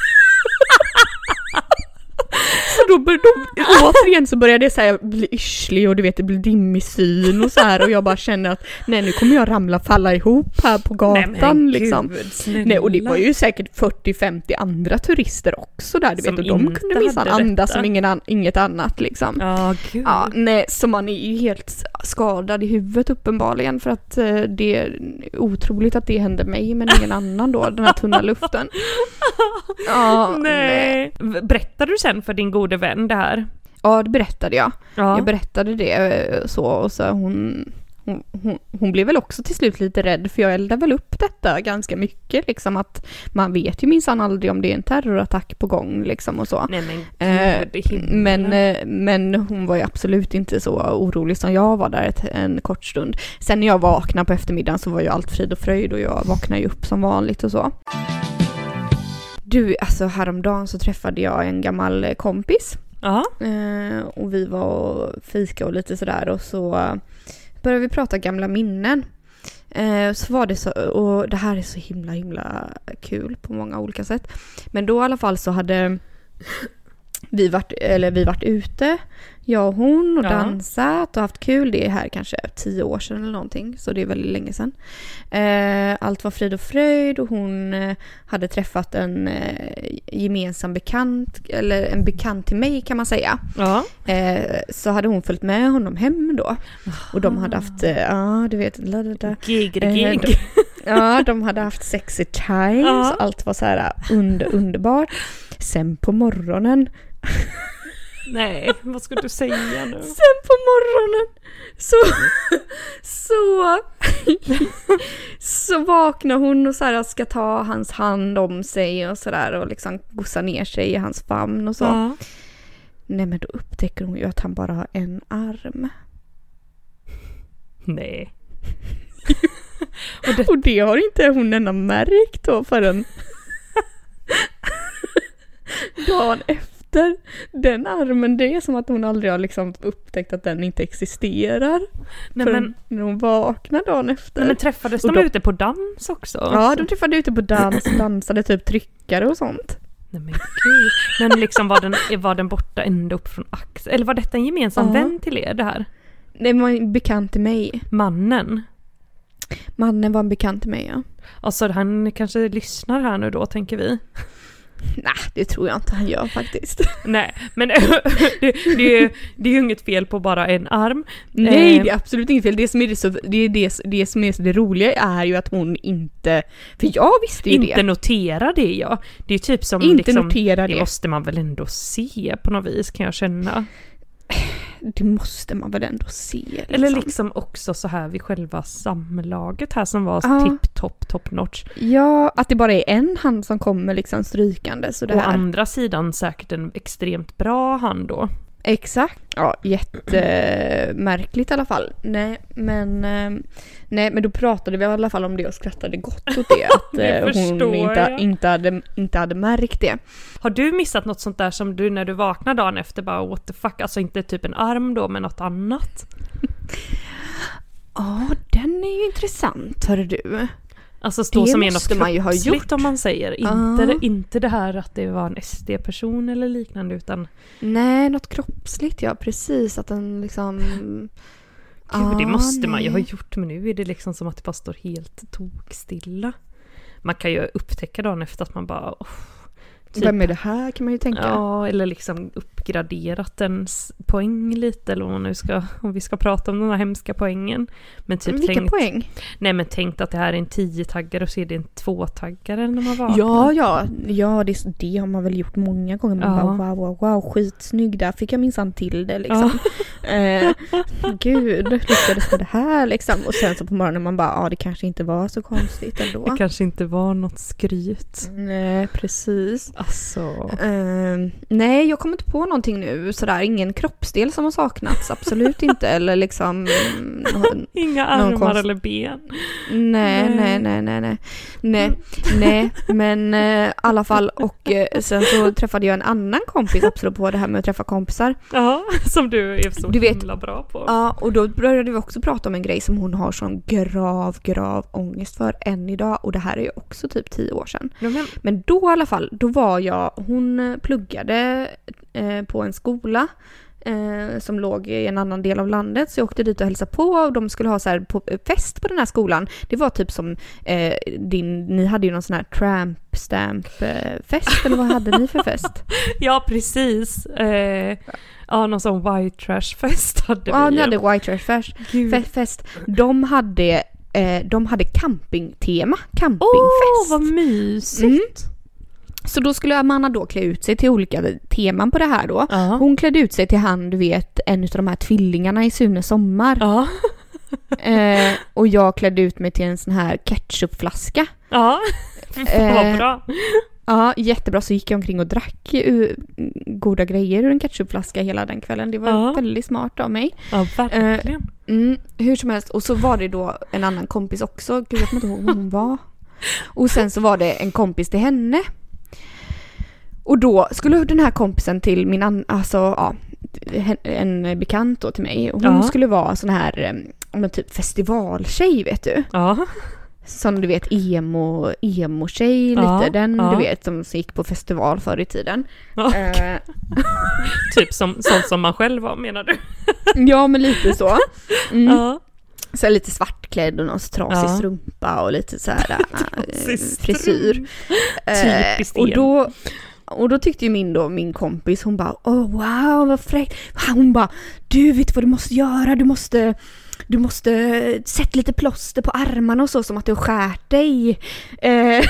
Så då, då återigen så började det så här bli yrslig och du vet det blir dimmig syn och så här, och jag bara känner att nej nu kommer jag ramla falla ihop här på gatan nej, liksom. Gud, nej, och det var ju säkert fyrtio femtio andra turister också där du vet, och de kunde minsann andas som ingen an- inget annat liksom. Oh, ja, nej, så man är ju helt skadad i huvudet uppenbarligen, för att eh, det är otroligt att det hände mig men ingen annan då, den här tunna luften. Ja, nej. nej. Berättade du sen för din gode vän det här? Ja, det berättade jag. Ja. Jag berättade det så, och så hon, hon, hon, hon blev väl också till slut lite rädd, för jag eldade väl upp detta ganska mycket liksom, att man vet ju minsann aldrig om det är en terrorattack på gång liksom och så. Nej, men, eh, men, eh, men hon var ju absolut inte så orolig som jag var där ett, en kort stund. Sen när jag vaknade på eftermiddagen så var ju allt frid och fröjd, och jag vaknade ju upp som vanligt och så. Du, alltså häromdagen så träffade jag en gammal kompis. Eh, och vi var och fika och lite sådär, och så började vi prata gamla minnen. Eh, så var det så, och det här är så himla himla kul på många olika sätt. Men då i alla fall så hade vi vart, eller vi vart ute, jag och hon, och ja. dansat och haft kul. Det är här kanske tio år sedan eller någonting, så det är väldigt länge sedan. Eh, allt var frid och fröjd, och hon eh, hade träffat en eh, gemensam bekant, eller en bekant till mig kan man säga. Ja. Eh, så hade hon följt med honom hem då. Och de hade haft, eh, ja du vet, ladada. Gig, Eh, gig. de, ja, de hade haft sexy times, Ja. allt var så här under, underbart. Sen på morgonen Nej, vad ska du säga nu? Sen på morgonen så så så vaknar hon och så här ska ta hans hand om sig och så där och liksom gossa ner sig i hans famn och så. Ja. Nej, men då upptäcker hon ju att han bara har en arm. Nej. och, det... och det har inte hon ännu märkt då förrän dagen efter. Den armen, det är som att hon aldrig har liksom upptäckt att den inte existerar. Nej, men... när hon vaknar dagen efter. Nej, men träffades de, de ute på dans också? Ja, de träffade ute på dans, dansade typ tryckare och sånt. Nej men gud. Men liksom var den, var den borta ända upp från axeln? Eller var detta en gemensam Ja. vän till er det här? Det var en bekant till mig. Mannen? Mannen var en bekant till mig, ja. Alltså han kanske lyssnar här nu då, tänker vi. Nej, det tror jag inte han gör faktiskt. Nej, men det, det, är, det är ju inget fel på bara en arm. Nej, Eh, det är absolut inget fel. Det som är det, så, det, är det, det som är så det roliga är ju att hon inte... För jag visste ju inte det. notera det, ja. Det är typ som... Inte liksom, notera det. Det måste man väl ändå se på något vis, kan jag känna. Det måste man väl ändå se. Liksom. Eller liksom också så här vid själva samlaget här som var Ja. tipp-topp, top-notch. Ja, att det bara är en hand som kommer liksom strykande. Så det Å här. andra sidan säkert en extremt bra hand då. Exakt. Ja, jättemärkligt i alla fall. Nej, men eh, nej, men då pratade vi i alla fall om det och skrattade gott åt det. Att Det eh, hon förstår inte, jag. inte, hade, inte hade märkt det. Har du missat något sånt där som du när du vaknar dagen efter bara what the fuck, alltså inte typ en arm då men något annat? Ja, den är ju intressant, hör du. Alltså stå Det som är måste något man ju ha kroppsligt gjort. om man säger. Inte, Ja. det, inte det här att det var en S D-person eller liknande utan Nej, något kroppsligt, ja, precis. Att den liksom... gud, det Ah, måste man ju ha nej. gjort, men nu är det liksom som att det bara står helt tokstilla. Man kan ju upptäcka dagen efter att man bara oh, typ, Vem är det här, kan man ju tänka. ja, eller liksom uppgraderat ens poäng lite, eller om, man nu ska, om vi ska prata om den här hemska poängen. Men typ Vilka tänkt, poäng? nej men tänkt att det här är en tio-taggare och så är det en två-taggare när man vaknar. Ja, ja, ja det, det har man väl gjort många gånger. Man Ja. bara, wow, wow, wow, skitsnygg, där fick jag minsann till det liksom. Eh, gud, lyckades med det här liksom. Och sen så på morgonen man bara, ja det kanske inte var så konstigt ändå. Det kanske inte var något skryt. Nej, precis. Alltså... Eh, nej, jag kommer inte på någonting nu. Sådär, ingen kroppsdel som har saknats. Absolut inte. Eller liksom... Någon, Inga någon armar konst- eller ben. nej, nej, nej, nej, nej. Nej, nej. Men i eh, alla fall. Och eh, sen så träffade jag en annan kompis. Absolut på det här med att träffa kompisar. Ja, som du är så Du vet- himla bra på. Ja, och då började vi också prata om en grej som hon har sån grav, grav ångest för än idag. Och det här är ju också typ tio år sedan. Ja, men, Men då i alla fall, då var jag, hon pluggade eh, på en skola eh, som låg i en annan del av landet. Så jag åkte dit och hälsade på och de skulle ha så här på, fest på den här skolan. Det var typ som eh, din, ni hade ju någon sån här tramp stamp eh, fest, eller vad hade ni för fest? ja, precis. Eh, ja, någon sån white trash fest hade Ja, vi. ni hade white trash fest. Gud. Fe- fest. De hade, eh, de hade campingtema, Åh, campingfest. vad mysigt. Mm. Så då skulle Amanda då klä ut sig till olika teman på det här då. Ja. Hon klädde ut sig till han, du vet, en av de här tvillingarna i Sune sommar. Ja. Eh, och jag klädde ut mig till en sån här ketchupflaska. Ja. Vad Eh, bra. Ja, jättebra. Så gick jag omkring och drack uh, goda grejer ur en ketchupflaska hela den kvällen. Det var Ja. väldigt smart av mig. Ja, verkligen. Mm, hur som helst. Och så var det då en annan kompis också. Gud, jag kommer inte ihåg vad hon var. Och sen så var det en kompis till henne. Och då skulle den här kompisen till min an- alltså ja, en bekant då till mig. Hon Ja. skulle vara sån här, om en typ festivaltjej, vet du. Ja. som du vet emo, emo-tjej ja, lite, den ja. Du vet som gick på festival förr i tiden. Ja. Eh. Typ som, sånt som man själv var, menar du? Ja, men lite så. Mm. Ja. Så lite svartklädd och någon trasig ja. Strumpa och lite så här äh, frisyr. Typiskt eh, och då Och då tyckte ju min då, min kompis, hon bara, åh oh, wow, vad fräckt. Hon bara, du vet vad du måste göra, du måste du måste sätta lite plåster på armarna och så, som att du har skärt dig. Eh.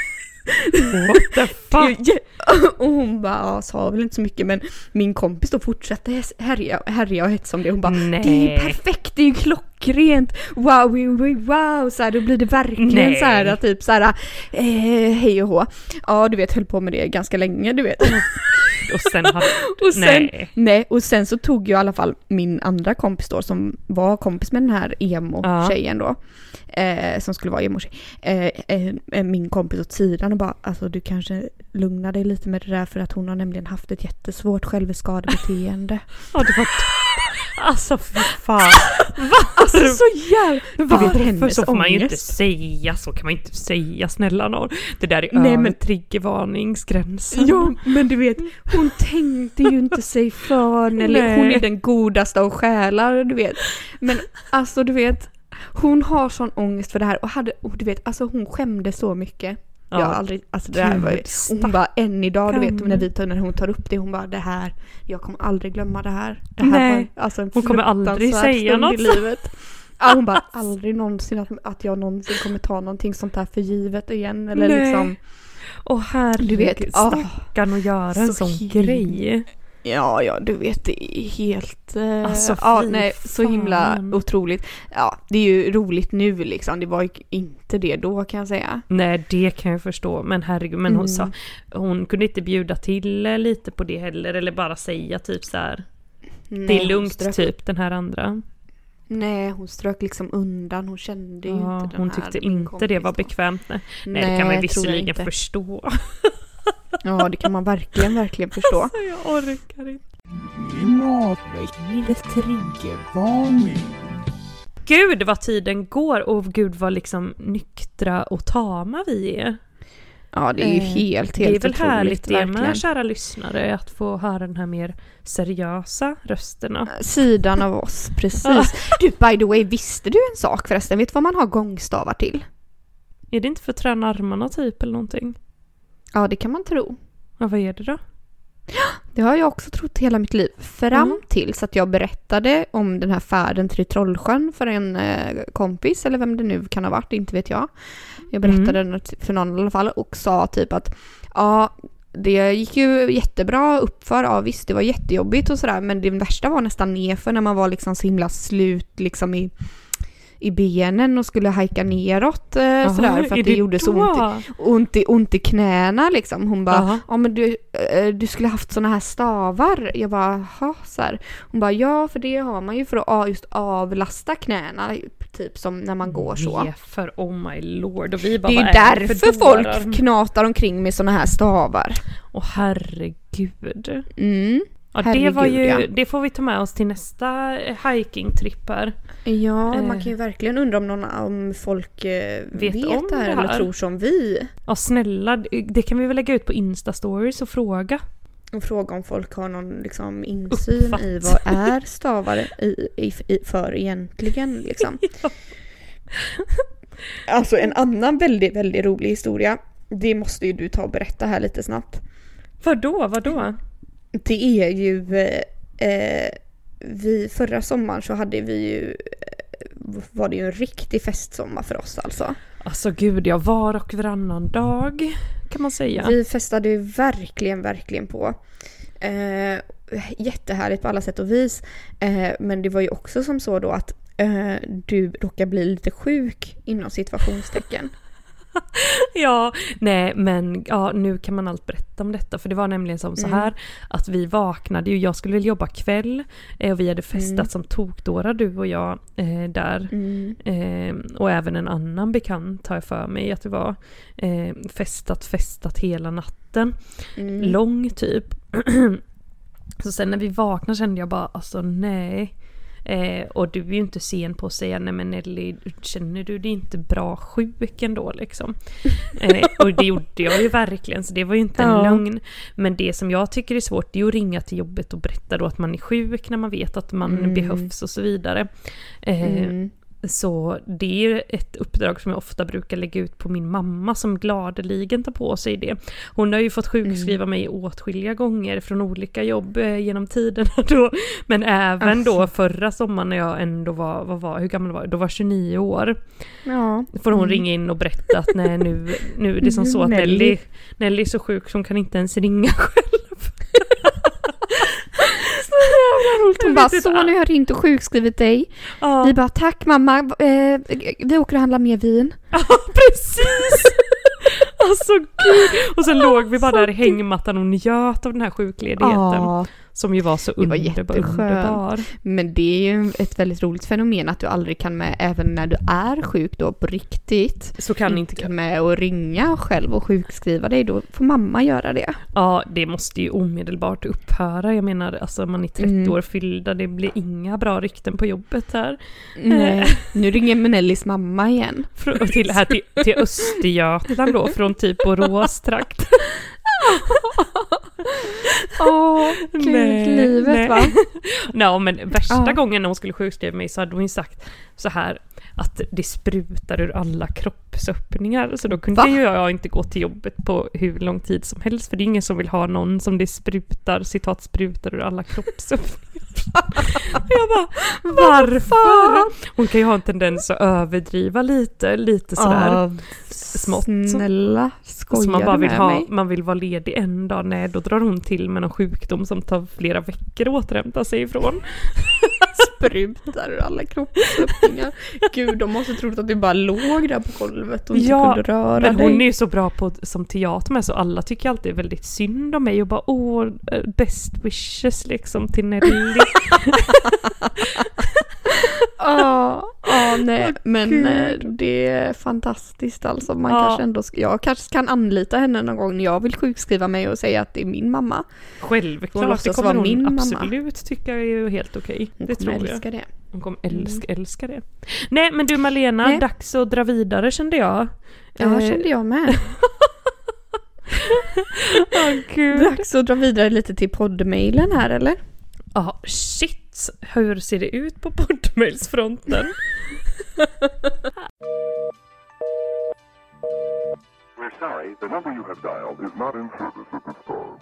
What the fuck? Och hon bara, ja, sa väl inte så mycket, men min kompis då fortsatte härja, härja och hets om det. Hon bara, nej. Det är perfekt, det är ju klockrent. Wow, wow, wow. Så här, då blir det verkligen nej. Så här, typ så här, eh, hej och hå. Ja, du vet, höll på med det ganska länge, du vet. Och sen hade... och sen, nej. nej. Och sen så tog jag i alla fall min andra kompis då, som var kompis med den här emo-tjejen då. Eh, som skulle vara emo-tjej. Eh, eh, min kompis åt sidan och bara, alltså du kanske lugnar dig lite med det där, för att hon har nämligen haft ett jättesvårt självskadebeteende. Ja, det var... Alltså för fan. Alltså så jävla... Varför så får man ju inte säga, så kan man inte säga, snälla någon. Det där är nej, över men... triggervarningsgränsen. Ja, men du vet, hon tänkte ju inte sig för, eller hon är den godaste av själar, du vet. Men alltså du vet, hon har sån ångest för det här och hade, och du vet, alltså hon skämde så mycket. Ja, jag har aldrig, alltså det här var, hon bara än idag, du vet, när vi tar, när hon tar upp det, hon bara, det här, jag kommer aldrig glömma det här. Det här nej, var, alltså, en hon kommer aldrig säga något i livet. Ja, hon bara, aldrig någonsin att, att jag någonsin kommer ta någonting sånt här för givet igen, eller nej. Liksom. Och herregud, du vet, stackarn att göra en sån hin- grej. Ja, ja, du vet, det är helt eh, alltså, ja, nej, så himla otroligt. Ja, det är ju roligt nu liksom. Det var ju inte det då, kan jag säga. Nej, det kan jag förstå. Men herregud, men hon mm. sa, hon kunde inte bjuda till lite på det heller, eller bara säga typ så här. Nej, det är lugnt strök, typ den här andra. Nej, hon strök liksom undan. Hon kände ju ja, inte den hon här. tyckte inte det var bekvämt. Nej, nej, det kan man visserligen förstå. Ja, det kan man verkligen, verkligen förstå. Alltså, jag orkar inte. Gud, vad tiden går, och gud vad liksom nyktra och tama vi är. Ja, det är ju helt, helt det är väl otroligt, härligt det verkligen. Med kära lyssnare, att få höra den här mer seriösa rösterna. Sidan av oss, precis. Du, by the way, visste du en sak förresten? Vet du vad man har gångstavar till? Är det inte för att träna armarna typ eller någonting? Ja, det kan man tro. Ja, vad är det då? Det har jag också trott hela mitt liv. Fram mm. till så att jag berättade om den här färden till Trollsjön för en eh, kompis, eller vem det nu kan ha varit, inte vet jag. Jag berättade mm. den för någon i alla fall och sa typ att ja, det gick ju jättebra uppför. Ja, visst, det var jättejobbigt och sådär, men det värsta var nästan nerför, när man var liksom så himla slut liksom i i benen och skulle hajka neråt eh, aha, sådär, för att det, det gjorde så ont i, ont, i, ont i knäna liksom. Hon bara, ja men du, eh, du skulle haft såna här stavar. Jag bara, jaha, så här. Hon bara, ja, för det har man ju för att just avlasta knäna, typ som när man går så. Ja, för oh my lord. Och vi bara, det är ju därför folk knatar omkring med såna här stavar. Åh herregud. Mm. Ja, herregud, det var ju, ja. Det får vi ta med oss till nästa hiking-tripp här. Ja, eh. man kan ju verkligen undra om någon, om folk eh, vet, vet om det här, eller tror som vi. Ja, snälla, det kan vi väl lägga ut på Insta-stories och fråga. Och fråga om folk har någon liksom insyn Uppfatt. i vad är stavar i, i, i, för egentligen liksom. Ja. Alltså en annan väldigt, väldigt rolig historia. Det måste ju du ta och berätta här lite snabbt. Vadå, vadå? Det är ju eh, vi förra sommaren så hade vi ju var det ju en riktig festsommar för oss alltså. Alltså gud, jag var och varannan dag kan man säga. Vi festade ju verkligen, verkligen på. Eh, jättehärligt på alla sätt och vis. Eh, men det var ju också som så då att eh, du råkar bli lite sjuk inom situationstecken. Ja, nej men ja, nu kan man allt berätta om detta, för det var nämligen som så här mm. att vi vaknade ju, jag skulle väl jobba kväll eh, och vi hade festat mm. som tokdårar, du och jag eh, där mm. eh, och även en annan bekant tar jag för mig att det var eh, festat, festat hela natten mm. lång typ. Så sen när vi vaknade kände jag bara, alltså nej, Eh, och du är ju inte sen på att säga, nej men Nelly, känner du dig inte bra sjuk ändå liksom? Eh, och det gjorde jag ju verkligen, så det var ju inte en ja. lögn. Men det som jag tycker är svårt, det är att ringa till jobbet och berätta då att man är sjuk när man vet att man mm. behövs och så vidare. Eh, mm. Så det är ett uppdrag som jag ofta brukar lägga ut på min mamma, som gladeligen tar på sig det. Hon har ju fått sjukskriva mm. mig åtskilliga gånger från olika jobb eh, genom tiderna då. Men även alltså. då förra sommaren när jag ändå var, vad var, hur gammal var jag? Då var jag tjugonio år. Ja. Får hon mm. ringa in och berätta att nej, nu, nu är det som så att Nelly, Nelly, Nelly är så sjuk som kan inte ens ringa själv. Hon bara, så nu har jag ringt och sjukskrivit dig. Ja. Vi bara, tack mamma, eh, vi åker och handlar mer vin. Ja, precis. Alltså gud. Och så låg vi bara där i hängmattan och njöt av den här sjukledigheten. Ja. Som ju var så underbar, underbar. Men det är ju ett väldigt roligt fenomen att du aldrig kan med, även när du är sjuk då på riktigt. Så kan inte kan med och ringa själv och sjukskriva dig. Då får mamma göra det. Ja, det måste ju omedelbart upphöra. Jag menar, alltså man är trettio mm. år fyllda. Det blir inga bra rykten på jobbet här. Nej, nu ringer Menellis mamma igen. Från, till, här till, till Östergötland då, från typ Borås-trakt. Åh, oh, gud, nej, livet nej. va? Nej, men värsta ah. gången när hon skulle sjukskriva mig så hade hon sagt så här att det sprutar ur alla kroppsöppningar. Så då kunde ju jag inte gå till jobbet på hur lång tid som helst. För det är ingen som vill ha någon som det sprutar, citat, sprutar ur alla kroppsöppningar. Jag bara, varför? Hon kan ju ha en tendens att överdriva lite, lite sådär ah, smått. Snälla, skojar så man bara vill med ha, mig? Man vill vara ledig en dag. Nej, då drar hon till med någon sjukdom som tar flera veckor att återhämta sig ifrån. Sprutar ur alla kroppsöppningar. Gud, de måste tro att det bara låg där på golvet och inte ja, kunde röra men dig. hon är ju så bra på som teater med, så alla tycker alltid väldigt synd om mig och bara, åh, best wishes liksom till Nelly. Ja, oh, oh, nej, men Gud. Det är fantastiskt alltså. Man ja. kanske ändå, jag kanske kan anlita henne någon gång när jag vill sjukskriva mig och säga att det är min mamma. Självklart, det kommer hon min absolut mamma. Tycka är ju helt okej. Hon det kommer tror älska jag. det. Hon kommer älska, mm. älska det. Nej, men du Malena, nej. dags att dra vidare kände jag. Ja, eh. kände jag med. oh, Gud. Dags att dra vidare lite till poddmailen här, eller? Ja, oh, shit. Hur ser det ut på poddmailsfronten? We're sorry, the number you have dialed is not in service at this time.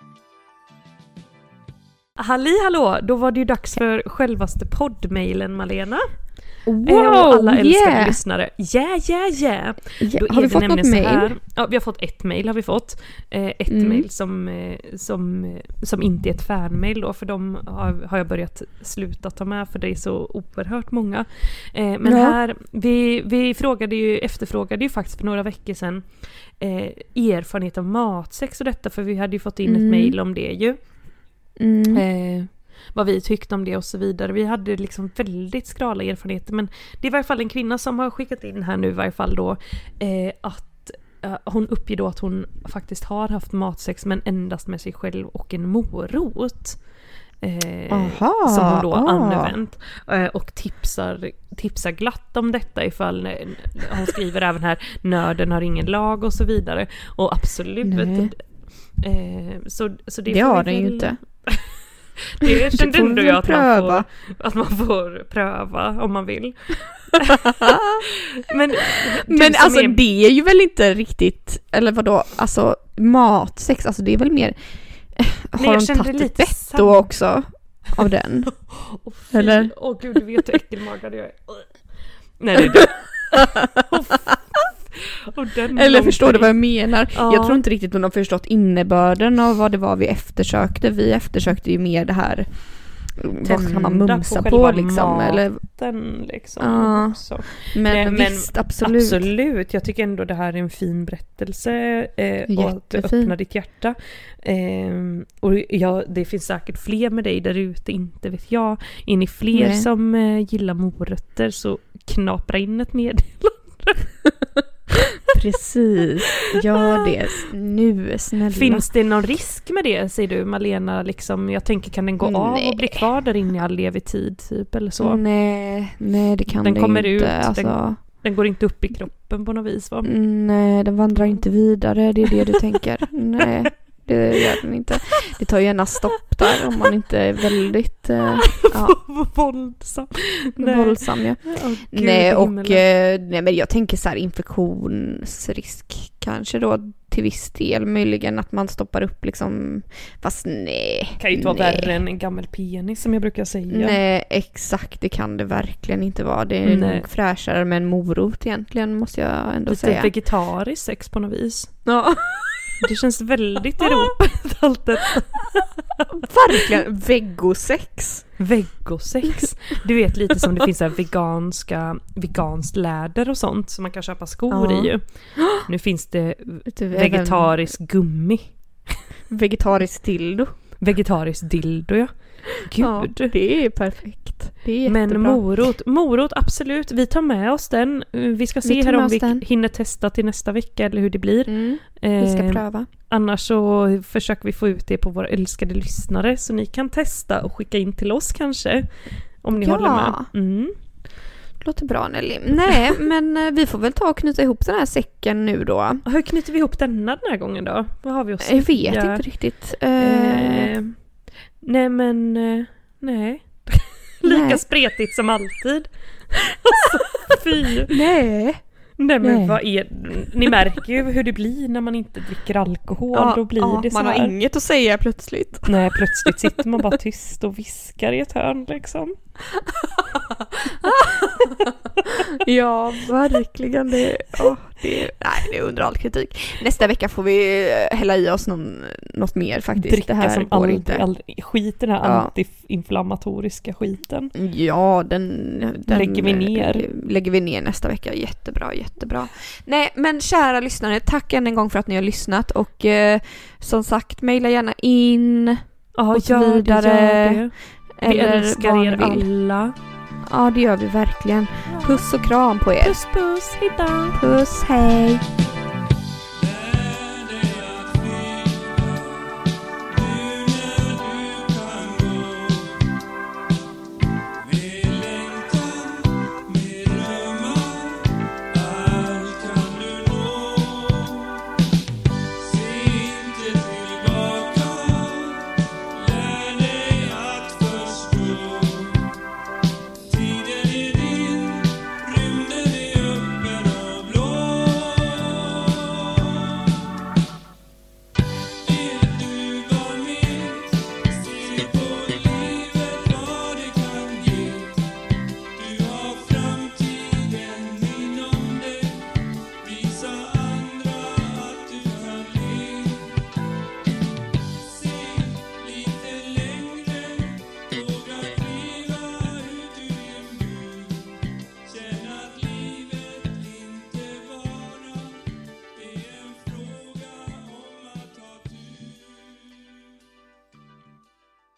Halli hallå, då var det ju dags för självaste poddmailen, Malena. Wow, eh, och alla älskade yeah. lyssnare. Yeah, yeah, yeah. yeah. Har vi fått något mail? Ja, vi har fått ett mail har vi fått. Eh, ett mm. mail som, eh, som, som inte är ett fanmail då, för de har, har jag börjat sluta ta med för det är så oerhört många. Eh, men ja. här, vi, vi frågade ju, efterfrågade ju faktiskt för några veckor sedan eh, erfarenhet av matsex och detta, för vi hade ju fått in mm. ett mail om det ju. Mm. Eh, vad vi tyckte om det och så vidare. Vi hade liksom väldigt skrala erfarenheter, men det är i varje fall en kvinna som har skickat in här nu i varje fall då eh, att eh, hon uppger då att hon faktiskt har haft matsex men endast med sig själv och en morot. Eh, Aha, som hon då ah. använt eh, och tipsar, tipsar glatt om detta ifall eh, hon skriver även här nörden har ingen lag och så vidare, och absolut eh, så, så det, det har den ju inte. Det kände ändå jag att man, får, att man får pröva om man vill. Men, men alltså är... det är ju väl inte riktigt, eller vadå, alltså matsex, alltså det är väl mer har Nej, de tagit ett bett då också av den? oh, eller? Åh oh, gud, du vet hur äckelmagad jag är. Nej, det är det. Eller förstår du vad jag menar? Ja. Jag tror inte riktigt hon har förstått innebörden av vad det var vi eftersökte. Vi eftersökte ju mer det här, vad kan man mumsa på, på liksom, eller liksom ja. också. Men, Nej, men visst, absolut. Absolut. Jag tycker ändå det här är en fin berättelse eh, och att öppna ditt hjärta. Eh, och ja, det finns säkert fler med dig där ute, inte vet jag. Är ni fler Nej. som eh, gillar morötter så knapra in ett meddelande. Precis. Gör det nu, snälla. Finns det någon risk med det, säger du, Malena? Liksom, jag tänker, kan den gå nej. av och bli kvar där inne i all evig tid, typ, eller så? Nej, nej det kan den det kommer inte. Ut, alltså... den, den går inte upp i kroppen på något vis, va? Nej, den vandrar inte vidare. Det är det du tänker. Nej, det gör den inte. Det tar ju gärna stopp där om man inte är väldigt uh, ja. våldsam. Nej. Våldsam, ja. Oh, Gud, nej, och uh, nej, men jag tänker så här, infektionsrisk kanske då till viss del, möjligen att man stoppar upp liksom, fast nej. Kan ju inte nej. vara värre än en gammal penis, som jag brukar säga. Nej, exakt, det kan det verkligen inte vara. Det är nog fräschare med en morot egentligen, måste jag ändå lite säga. Lite vegetariskt sex på något vis. Ja. Det känns väldigt i ropet, allt detta. Verkligen, vegosex. Vegosex. Du vet, lite som det finns här veganska, veganskt läder och sånt som man kan köpa skor ja. i ju. Nu finns det vegetarisk gummi. Vegetarisk dildo. Vegetarisk dildo, ja. Gud. Ja, det är perfekt. Det är men morot, morot, absolut. Vi tar med oss den. Vi ska se vi här om vi den. hinner testa till nästa vecka eller hur det blir. Mm, vi ska eh, pröva. Annars så försöker vi få ut det på våra älskade lyssnare så ni kan testa och skicka in till oss kanske. Om ni ja. håller med. Mm. Låter bra, Nelly. Nej, men vi får väl ta och knyta ihop den här säcken nu då. Hur knyter vi ihop denna den här gången då? Vad har vi att säga? Jag vet inte riktigt. Eh, nej, men... Eh, nej. Lika nej. Spretigt som alltid. Alltså, fy. Nej. Nej, men nej. Vad är... Ni märker ju hur det blir när man inte dricker alkohol. Ja, då blir ja, det så man här. har inget att säga plötsligt. Nej, plötsligt sitter man bara tyst och viskar i ett hörn liksom. Ja, verkligen. Det, oh, det, nej, det är under all kritik. Nästa vecka får vi hälla i oss någon, något mer faktiskt. Dricka det här som går aldrig, inte. Aldrig, skit den här ja. antiinflammatoriska skiten. Ja, den, den lägger vi ner. Lägger vi ner nästa vecka. Jättebra, jättebra. Nej, men kära lyssnare, tack än en gång för att ni har lyssnat. Och eh, som sagt, mejla gärna in ja, och så gör vidare. Det, gör det. Vi Eller älskar er alla. Ja, det gör vi verkligen. Puss och kram på er. Puss, puss. Hejdå. Puss, hej.